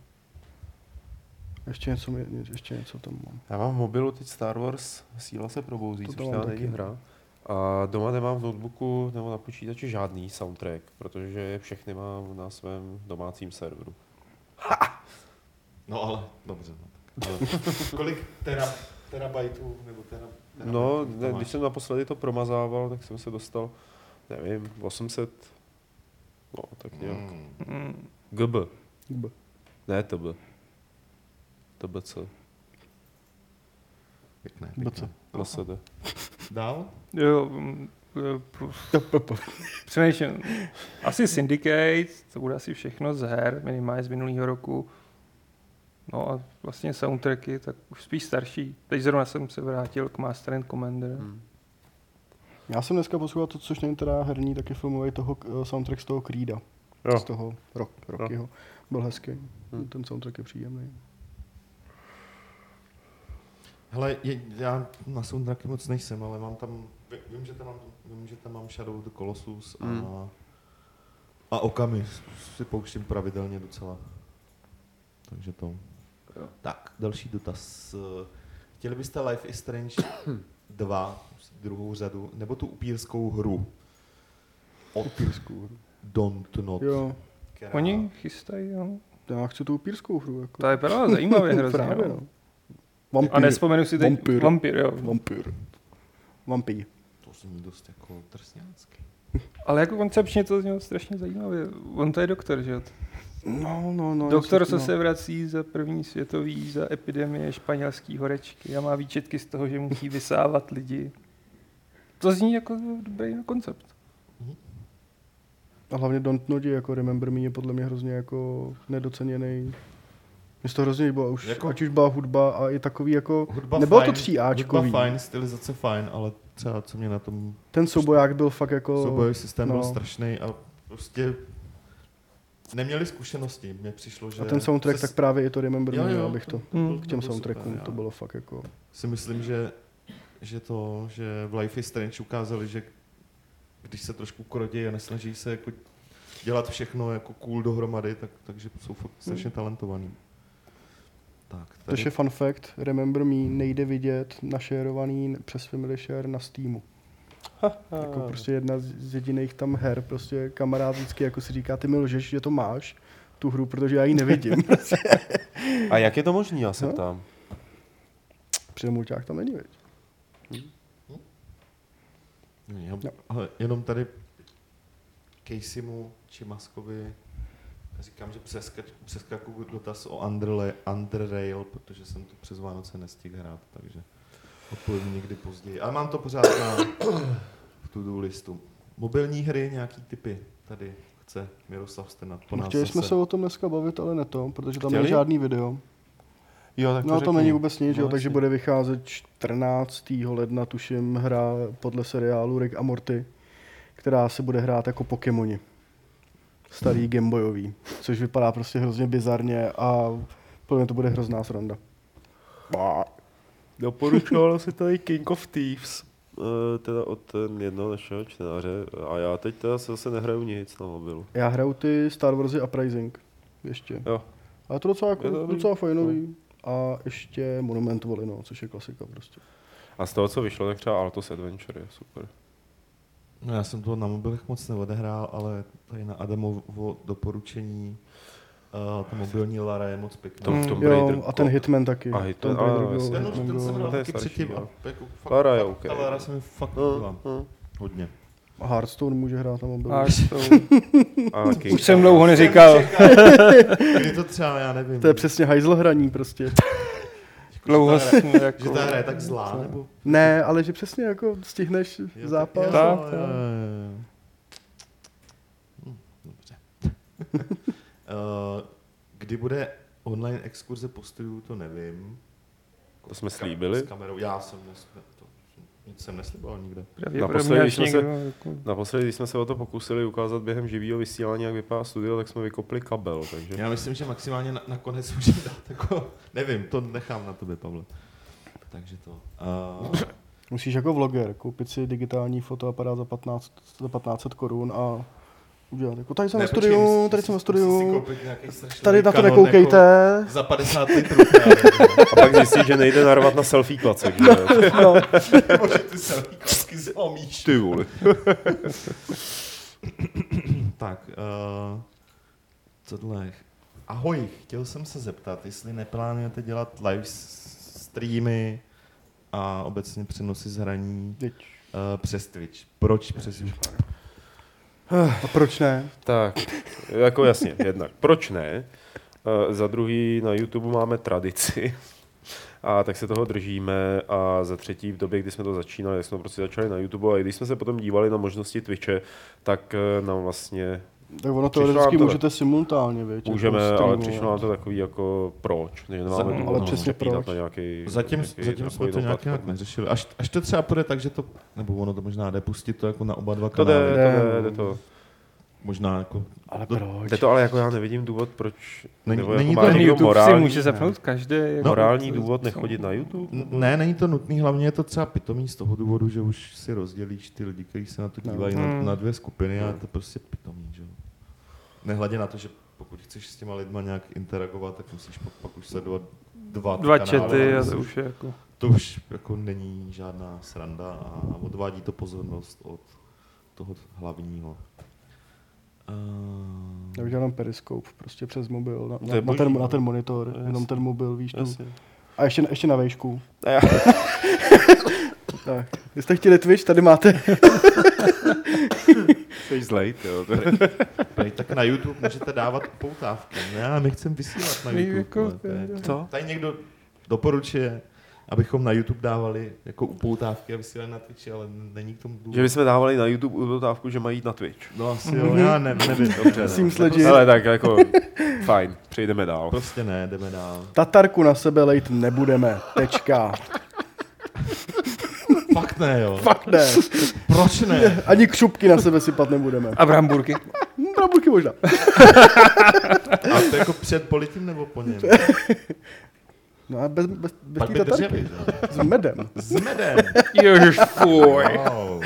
Ještě něco tam mám. Já mám v mobilu teď Star Wars, Síla se probouzí, To což mám teda taky. není hra. A doma nemám v notebooku nebo na počítači žádný soundtrack, protože je všechny mám na svém domácím serveru. No ale, dobře. No. Kolik teda terabajtů nebo No, ne, když jsem naposledy to promazával, tak jsem se dostal, nevím, 800, no tak nějak. GB. Ne, TB. TBC. Pěkné. Nasede. Dál? Jo, přemýšlím. Asi Syndicate, to bude asi všechno z her, minimálně z minulého roku. No a vlastně soundtracky, tak už spíš starší. Teď zrovna jsem se vrátil k Master and Commander. Já jsem dneska poslouchal to, což není teda herní, taky filmový toho soundtrack z toho Creeda. Jo. Z toho Rockyho. Byl hezký. Ten soundtrack je příjemný. Hele, já na soundtracky moc nejsem, ale mám tam, vím, že tam mám Shadow of the Colossus a Okami si pouštím pravidelně docela. Takže to. Jo. Tak, další dotaz. Chtěli byste Life is Strange 2, druhou řadu, nebo tu upírskou hru? Don't Not. Jo. Která... Oni chystají, jo. Já chci tu upírskou hru. Jako. To je právě zajímavé hrozně. Právě, no. no. Vampír. A nespomenu si teď Vampír. jo. Vampír. To zní dost jako drsňácky. Ale jako koncepčně to znělo strašně zajímavě. On to je doktor, že jo? No. Doktor, co se vrací za první světový, za epidemie španělský horečky a má výčetky z toho, že musí vysávat lidi. To zní jako dobrý koncept. A hlavně Don't Nodi, jako Remember Me je podle mě hrozně jako nedoceněný. Mně to hrozně líbilo, ať už byla hudba a i takový jako, Hudba nebylo fajn, to 3Ačkový. Hudba fajn, stylizace fajn, ale třeba co mě na tom... Ten souboják byl fakt jako... Soubojový systém byl strašný a prostě neměli zkušenosti. Mně přišlo, že... A ten soundtrack, tak právě i to Remember Me, abych to k těm byl soundtrackům, super, to bylo fakt jako... Si myslím, že v Life is Strange ukázali, že když se trošku krodějí a nesnaží se jako dělat všechno jako cool dohromady, takže jsou fakt strašně talentovaný. Tak, Tož je fun fact, Remember Me nejde vidět našerovaný přes Family Share na Steamu. Jako prostě jedna z jediných tam her, prostě kamarád vždycky jako si říká, ty mi lžeš, že to máš, tu hru, protože já ji nevidím. A jak je to možný, já se ptám? Přemulťák tam není, viď? Jenom tady Caseymu či Maskovi říkám, že přeskakuju dotaz o Underrail, protože jsem to přes Vánoce nestihl hrát, takže odpovím někdy později. Ale mám to pořád v to-do listu. Mobilní hry, nějaký typy tady chce Miroslav Strnad po nás Chtěli jsme zase. se o tom dneska bavit, ale ne to, protože tam Chtěli? není žádný video. Jo, tak No to není vůbec nic, no, jo, takže bude vycházet 14. ledna, tuším, hra podle seriálu Rick a Morty, která se bude hrát jako Pokémoni. Starý Gameboyový, což vypadá prostě hrozně bizarně a podle mě to bude hrozná sranda. Doporučoval si tady King of Thieves, teda od jednoho našeho čtenáře, a já teď teda zase nehraju nic na mobilu. Já hraju ty Star Warsy Uprising ještě. Jo. Ale je to docela, jako, Je to docela fajnový. A ještě Monument Valley, no, což je klasika prostě. A z toho, co vyšlo, tak třeba Altos Adventure je super. No, já jsem toho na mobilech moc neodehrál, ale tady na Adamovo doporučení ta mobilní Lara je moc pěkná. Tomb Jo, Raider a ten Hitman taky. A Hitman, Tomb Raider ano, byl- jasně. Ten jsem hrál to je taky starší, předtím. jo. A jako Lara je OK. Ta Lara se mi fakt líbila. Hodně. A Hearthstone může hrát na mobilu. A King. Už jsem dlouho neříkal. Kdy to třeba, já nevím. To je přesně hajzl hraní prostě. Dlouho jsme Že jako... ta hra je tak zlá, nebo? Ne, ale že přesně jako stihneš zápas. Jo, Tak, jo, tak. jo. Dobře. Kdy bude online exkurze po studiu, to nevím. To jsme slíbili. S kamerou, já jsem nic jsem nesliboval nikde. Pravděpodobně až někdo... Jako... Naposledy, když jsme se o to pokusili ukázat během živého vysílání, jak vypadá studio, tak jsme vykopli kabel, takže... Já myslím, že maximálně nakonec můžeme dát jako, nevím, to nechám na tebe, Pavle. Takže to. Musíš jako vloger koupit si digitální fotoaparát za 1500 korun a udělat jako tady jsem ve studiu, tady jsem ve studiu, tady na to nekoukejte. Jako za 50 litrů. A pak zjistíš, že nejde narvat na selfie klacek, že jo? No. Bože, ty selfie klacky zlomíš. Ty vole. Tak, tohle. Ahoj, chtěl jsem se zeptat, jestli neplánujete dělat live streamy a obecně přenosy z hraní Teď. přes Twitch. Proč přes Twitch? A proč ne? Tak, jako jasně, jednak. Proč ne? Za druhý, na YouTube máme tradici. A tak se toho držíme a za třetí v době, kdy jsme to začínali, tak jsme prostě začali na YouTube a když jsme se potom dívali na možnosti Twitche, tak nám vlastně Tak ono Přišlo teoreticky nám to můžete simultánně, víš. můžeme, jako ale streamovat. přišlo nám to takový jako proč, že nemáme Ale důvod přesně přepínat proč. na nějaký Zatím jsme to nějak neřešili. Až to třeba půjde tak, že to, nebo ono to možná jde pustit to jako na oba dva To kanály. jde to. Možná jako... Ale to- proč? Jde to, ale jako já nevidím důvod, proč, Není- nebo není jako to má Ten někdo YouTube si morální, může zapnout každý. morální důvod nechodit na YouTube? Ne, není to nutný, hlavně je to třeba pitomý z toho důvodu, že už si rozdělíš ty lidi, kteří se na to dívají na dvě skupiny a je to prostě pitomý, že jo. Nehledě na to, že pokud chceš s těma lidma nějak interagovat, tak musíš pak už sledovat dva Dva kanály, chaty a to to už- už je jako... To už jako není žádná sranda a odvádí to pozornost od toho hlavního. Já udělám periskop, prostě přes mobil, To je boží, na ten monitor, Jasně. jenom ten mobil, víš tu. Jasně. A ještě na vejšku. A já- Tak, jestli chtěli Twitch, tady máte. Jsi zlej, jo. Prej, tak na YouTube můžete dávat upoutávky. Ne, já nechcem vysílat na My YouTube. jako- ale to je- Co? Tady někdo doporučuje, abychom na YouTube dávali jako upoutávky a vysílali na Twitchi, ale není k tomu důvod. Že bychom dávali na YouTube udotávku, že mají jít na Twitch. No asi jo, já nevím. Dobře, Musím sledit. Ale tak jako, fajn, přejdeme dál. Prostě ne, jdeme dál. Tatarku na sebe lejt nebudeme. Tečka. Fakt ne, jo. Fakt ne. Proč ne? Ani křupky na sebe sypat nebudeme. A bramburky. Bramburky možná. A to jako před politím nebo po něm? No a bez Pak té by tatarky. drželi, že? S medem. S medem. Ježiš, fuj. Wow.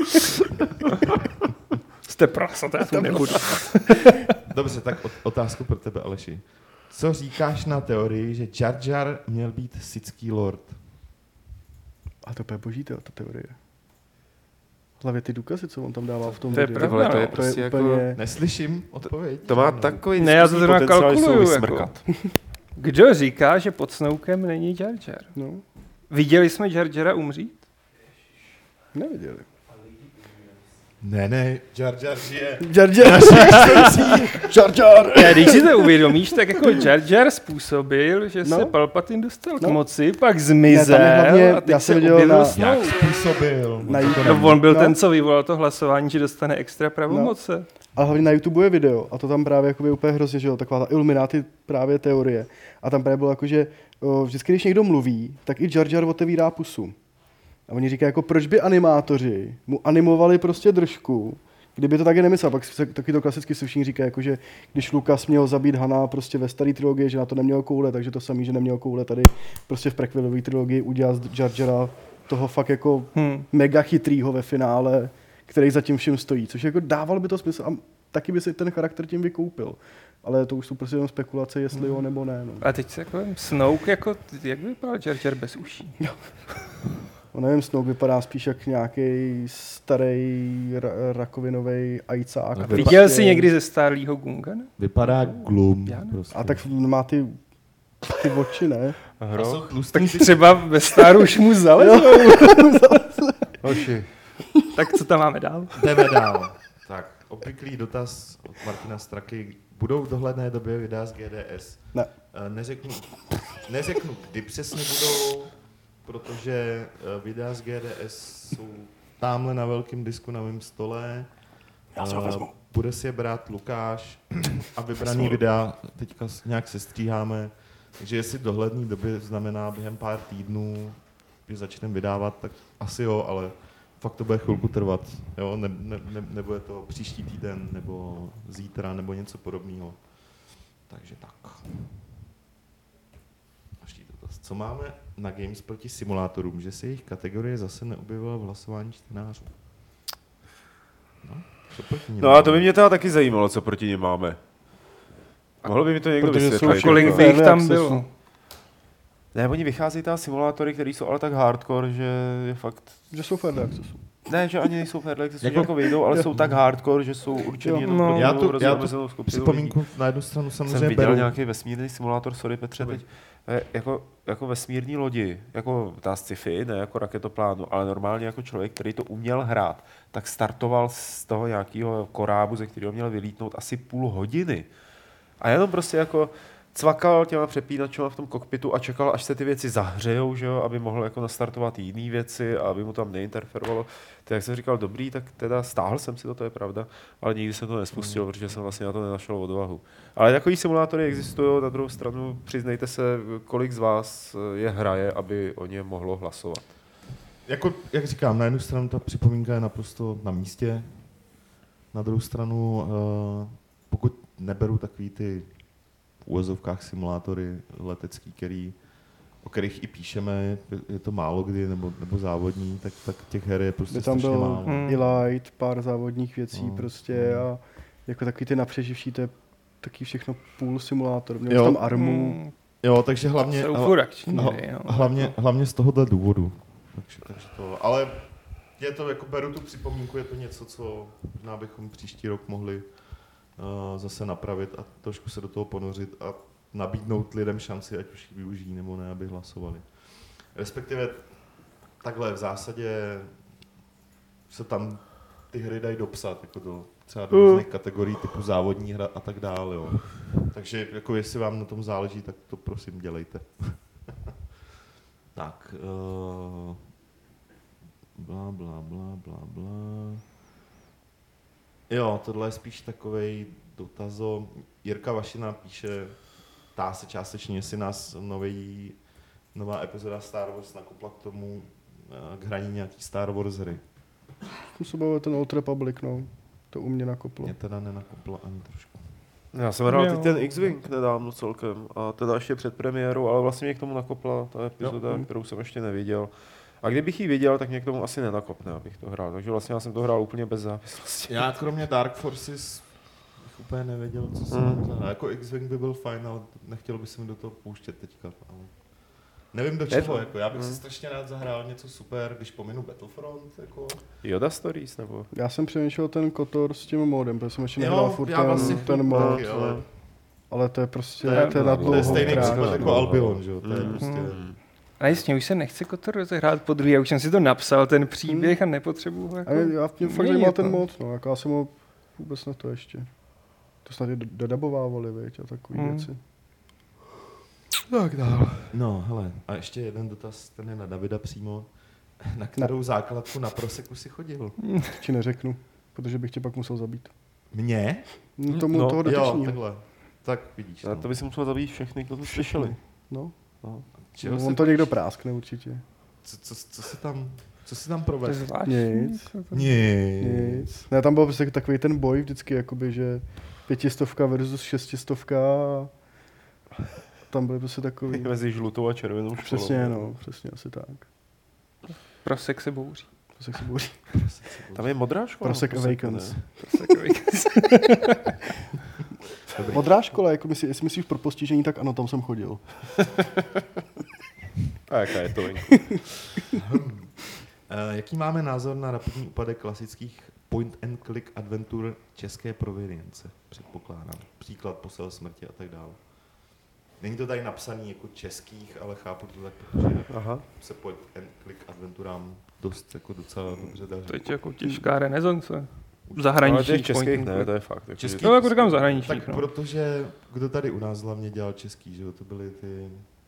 Jste prasat, já to nebudu. Dobře, tak otázku pro tebe, Aleši. Co říkáš na teorii, že Jar Jar měl být sithský lord? A to je boží ta teorie. Hlavně ty důkazy, co on tam dával v tom To je videu. pravda, to je no. prostě jako... úplně... Neslyším odpověď. To má takový Ne, já to diskusní zrovna potenciál, že se ho kalkuluju, vysmrkat. Kdo říká, že pod Snoukem není Jar Jar? No, Viděli jsme Jar Jara umřít? neviděli. Ne, Jar Jar žije. Jar Jar. Jar Jar. Ne, když si to uvědomíš, tak jako Jar Jar způsobil, že se No. Palpatine dostal k No. moci, pak Ne, zmizel tam je hlavně- a teď já se jsem viděl objevil na- Snoke. Jak způsobil? Na YouTube. No, on byl No. ten, co vyvolal to hlasování, že dostane extra pravomoce. A hlavně na YouTube je video a to tam právě jakoby úplně hrozně, že jo, taková ta Illuminati právě teorie. A tam právě bylo jako, že vždycky, když někdo mluví, tak i Jar Jar otevírá pusu. A oni říkají, jako proč by animátoři mu animovali prostě držku, kdyby to taky nemyslel. Pak taky to klasicky se všichni říká, jako, že když Lucas měl zabít Hana prostě ve staré trilogii, že na to neměl koule, takže to samý, že neměl koule tady prostě v prequelové trilogii udělat z Jar Jara toho fakt jako mega chytrýho ve finále, který za tím vším stojí, což jako dávalo by to smysl a taky by si ten charakter tím vykoupil. Ale to už jsou prostě jenom spekulace, jestli jo nebo ne. No. A teď se jako Snoke, jako, jak by vypadal Jar Jar bez uší? No, nevím, Snoke vypadá spíš jak nějaký starý rakovinový ajcák. No, Viděl jsi někdy ze Starlího Gunga, ne? Vypadá glum. Já ne. Prostě. A tak má ty oči, ne? A jsou tlustý. Tak třeba ve Staru už mu zalezou. Hoši. Tak co tam máme dál? Jdeme dál. Tak, obvyklý dotaz od Martina Straky. Budou v dohledné době videa z GDS? Ne. Neřeknu, kdy přesně budou, protože videa z GDS jsou tamhle na velkém disku na mém stole. Já si ho vezmu. Bude si je brát Lukáš a vybraný videa teďka nějak sestříháme. Takže jestli v dohledné době znamená během pár týdnů, že začneme vydávat, tak asi jo, ale fakt to bude chvilku trvat. Jo? Nebude to příští týden, nebo zítra, nebo něco podobného. Takže tak. Co máme na Games proti simulátorům, že se jejich kategorie zase neobjevila v hlasování čtenářů? No, co proti nim No a máme? to by mě teda taky zajímalo, co proti nim máme. Mohl by mi to někdo Protože jsou vysvětlit? Kolik jako? by jich tam Accessu. bylo? Ne, oni vycházejí ta simulátory, které jsou ale tak hardcore, že je fakt... Že jsou fair accessu. Ne, že ani nejsou fair access, Jako- jako vyjdou, ale jsou tak hardcore, že jsou určený Jo. jenom No. pro Já nějakou tu omezenou skupinu lidí. připomínku na jednu stranu Jsem samozřejmě viděl beru. nějaký vesmírný simulátor, sorry Petře, teď jako vesmírní lodi, jako ta sci-fi, ne jako raketoplánu, ale normálně jako člověk, který to uměl hrát, tak startoval z toho nějakého korábu, ze kterého měl vylítnout asi půl hodiny. A jenom prostě jako cvakal těma přepínačema v tom kokpitu a čekal, až se ty věci zahřejou, že jo, aby mohl jako nastartovat jiné věci a aby mu tam neinterferovalo. Tak jsem říkal, dobrý, tak teda stáhl jsem si to je pravda, ale nikdy jsem to nespustil, protože jsem vlastně na to nenašel odvahu. Ale takový simulátory existují, na druhou stranu přiznejte se, kolik z vás je hraje, aby o ně mohlo hlasovat. Jako, jak říkám, na jednu stranu ta připomínka je naprosto na místě, na druhou stranu, pokud neberu takový ty v úvozovkách simulátory letecký, o kterých i píšeme, je to málo kdy, nebo závodní, tak těch her je prostě strašně málo. I light, pár závodních věcí prostě a jako takový ty napřeživší, to je taky všechno půl simulátor. Měl tam armu. Jo, takže hlavně, hlavně z tohohle důvodu. Takže to, ale je to, jako beru tu připomínku, je to něco, co možná bychom příští rok mohli zase napravit a trošku se do toho ponořit a nabídnout lidem šanci, ať už ji využijí nebo ne, aby hlasovali. Respektive takhle v zásadě se tam ty hry dají dopsat, jako do třeba do různých kategorií typu závodní hra a tak dále. Jo. Takže jako jestli vám na tom záleží, tak to prosím dělejte. Tak, bla, bla, bla, bla, bla. Jo, tohle je spíš takovej dotazo. Jirka Vašina píše, ptá se částečně, jestli nás nová epizoda Star Wars nakopla k tomu, k hraní nějaký Star Wars hry. Způsoboval ten Old Republic, no. To u mě nakoplo. Mě teda nenakoplo ani trošku. Já jsem hrál teď ten X-Wing nedávno celkem a teda ještě před premiérou, ale vlastně mě k tomu nakopla ta epizoda, kterou jsem ještě neviděl. A kdybych ji viděl, tak mě k tomu asi nenakopne, abych to hrál. Takže vlastně já jsem to hrál úplně bez závislosti. Já kromě Dark Forces bych úplně nevěděl, co jsem zahrál. Jako X-Wing by byl fajn, ale nechtěl bych se mi do toho pouštět teďka. Ale nevím do čeho, jako já bych si strašně rád zahrál něco super, když pominu Battlefront. Jako. Yoda Stories, nebo? Já jsem přemýšlel ten Kotor s tím modem, protože jsem ještě nehrál furt ten mod. Taky, ale to je prostě to je na dlouhou. To je stejný příklad jako Albion, že jo? To je prostě... A jasně, už se nechce Kotor rozehrát po druhý, já už jsem si to napsal, ten příběh a nepotřebuji ho jako... Já mě fakt zajímal ten mod, no, jako já jsem ho vůbec na to ještě. To snad i dodabovávali, viď, a takový věci. Tak dál. No, hele, a ještě jeden dotaz, ten je na Davida přímo. Na kterou základku na Proseku si chodil? Ti neřeknu, protože bych tě pak musel zabít. Mě? Toho dotyčního. Jo, takhle. Tak vidíš. A to by si musel zabít všechny, kdo to slyšeli. No. No, on to někdo práskne určitě. Co si tam provedl? Nic. Ne, tam byl prostě takový ten boj vždycky, jakoby, že 500 versus 600 a tam byly prostě takový... Mezi žlutou a červenou školou. Přesně, no, přesně asi tak. Prosek se bouří. Tam je modrá škola? Prosek Awakens. Modrá škola, jako jestli myslíš pro postižení, tak ano, tam jsem chodil. A jaká je to venku? Jaký máme názor na rapidní úpadek klasických point-and-click adventur české provenience, předpokládám. Příklad Posel smrti a tak dále. Není to tady napsaný jako českých, ale chápu to tak, protože se point-and-click adventurám dost jako docela dobře daří. To je jako těžká renesance. Zahraničních ale českých ne, to je fakt. Českých, no jako říkám zahraničních. Tak protože kdo tady u nás hlavně dělal český, že jo, to byly ty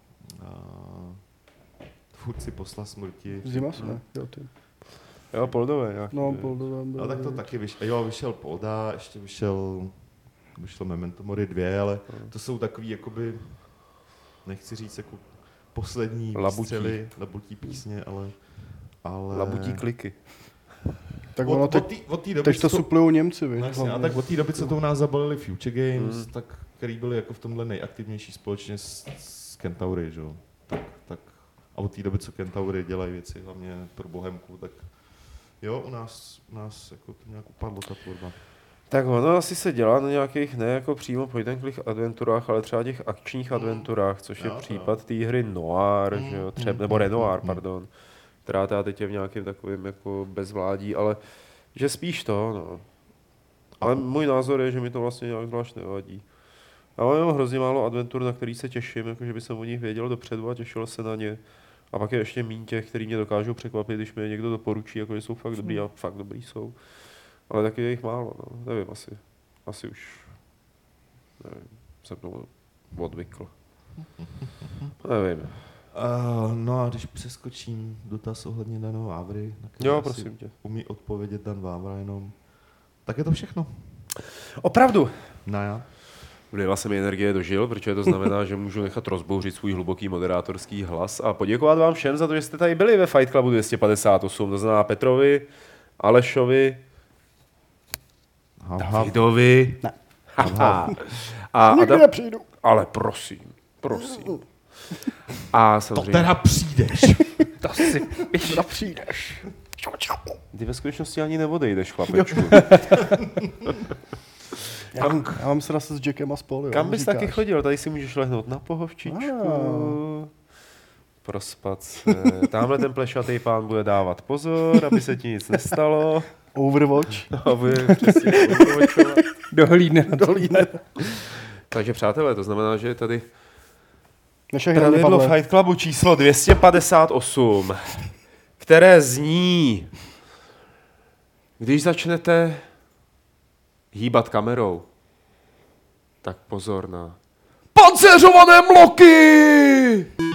tvůrci Posla smrti. Zima jsme, jo ty. Jo, Poldové nějak. No, Poldové. No tak to taky vyšel Polda, ještě vyšel Memento Mori 2, ale to jsou takový jakoby, nechci říct jako poslední výstřely, labutí písně, ale... Labutí kliky. Tak ono od té doby... Teď to suplujou Němci, víš? A tak od té doby, co to u nás zabalili Future Games, tak, který byli jako v tomhle nejaktivnější společně s Kentaury, že jo. Tak, a od té doby, co Kentaury dělají věci hlavně pro Bohemku, tak jo, u nás jako to nějak upadlo ta tvorba. Tak ono asi se dělá na nějakých, ne jako přímo point-and-click adventurách, ale třeba těch akčních adventurách, což je případ té hry Noir, že jo, nebo Renoir, pardon, která teda teď je v nějakém takovém jako bezvládí, ale že spíš to, no. Ale můj názor je, že mi to vlastně nějak zvlášť nevadí. Já mám jenom hrozně málo adventur, na který se těším, jakože by jsem o nich věděl dopředu a těšil se na ně. A pak je ještě míň těch, který mě dokážou překvapit, když mi je někdo doporučí, jako že jsou fakt dobrý a fakt dobrý jsou. Ale taky je jich málo, no. Nevím, asi už, nevím, jsem to odvykl. Nevím. No a když přeskočím dotaz ohledně Daného Vávry, na který Jo, asi prosím tě. umí odpovědět Dan Vávra jenom, tak je to všechno. Opravdu. No já. Vlila se mi energie dožil, protože to znamená, že můžu nechat rozbouřit svůj hluboký moderátorský hlas a poděkovat vám všem za to, že jste tady byli ve Fight Clubu 258. To znamená Petrovi, Alešovi, Davidovi. Ne. A Nikdy nepřijdu. ale prosím. A To samozřejmě, teda přijdeš. To si Teda přijdeš. ty ve skutečnosti ani neodejdeš, chlapečku. Já mám se s Jackem a spolu. Kam bys taky chodil? Tady si můžeš lehnout na pohovčičku, prospat se. Tamhle ten plešatý pán bude dávat pozor, aby se ti nic nestalo. Overwatch. A bude přesně overwatchovat. dohlídne. Takže přátelé, to znamená, že je tady Naše hraně, pravidlo Pavle. Fight Clubu číslo 258, které zní, když začnete hýbat kamerou, tak pozor na panceřované mloky!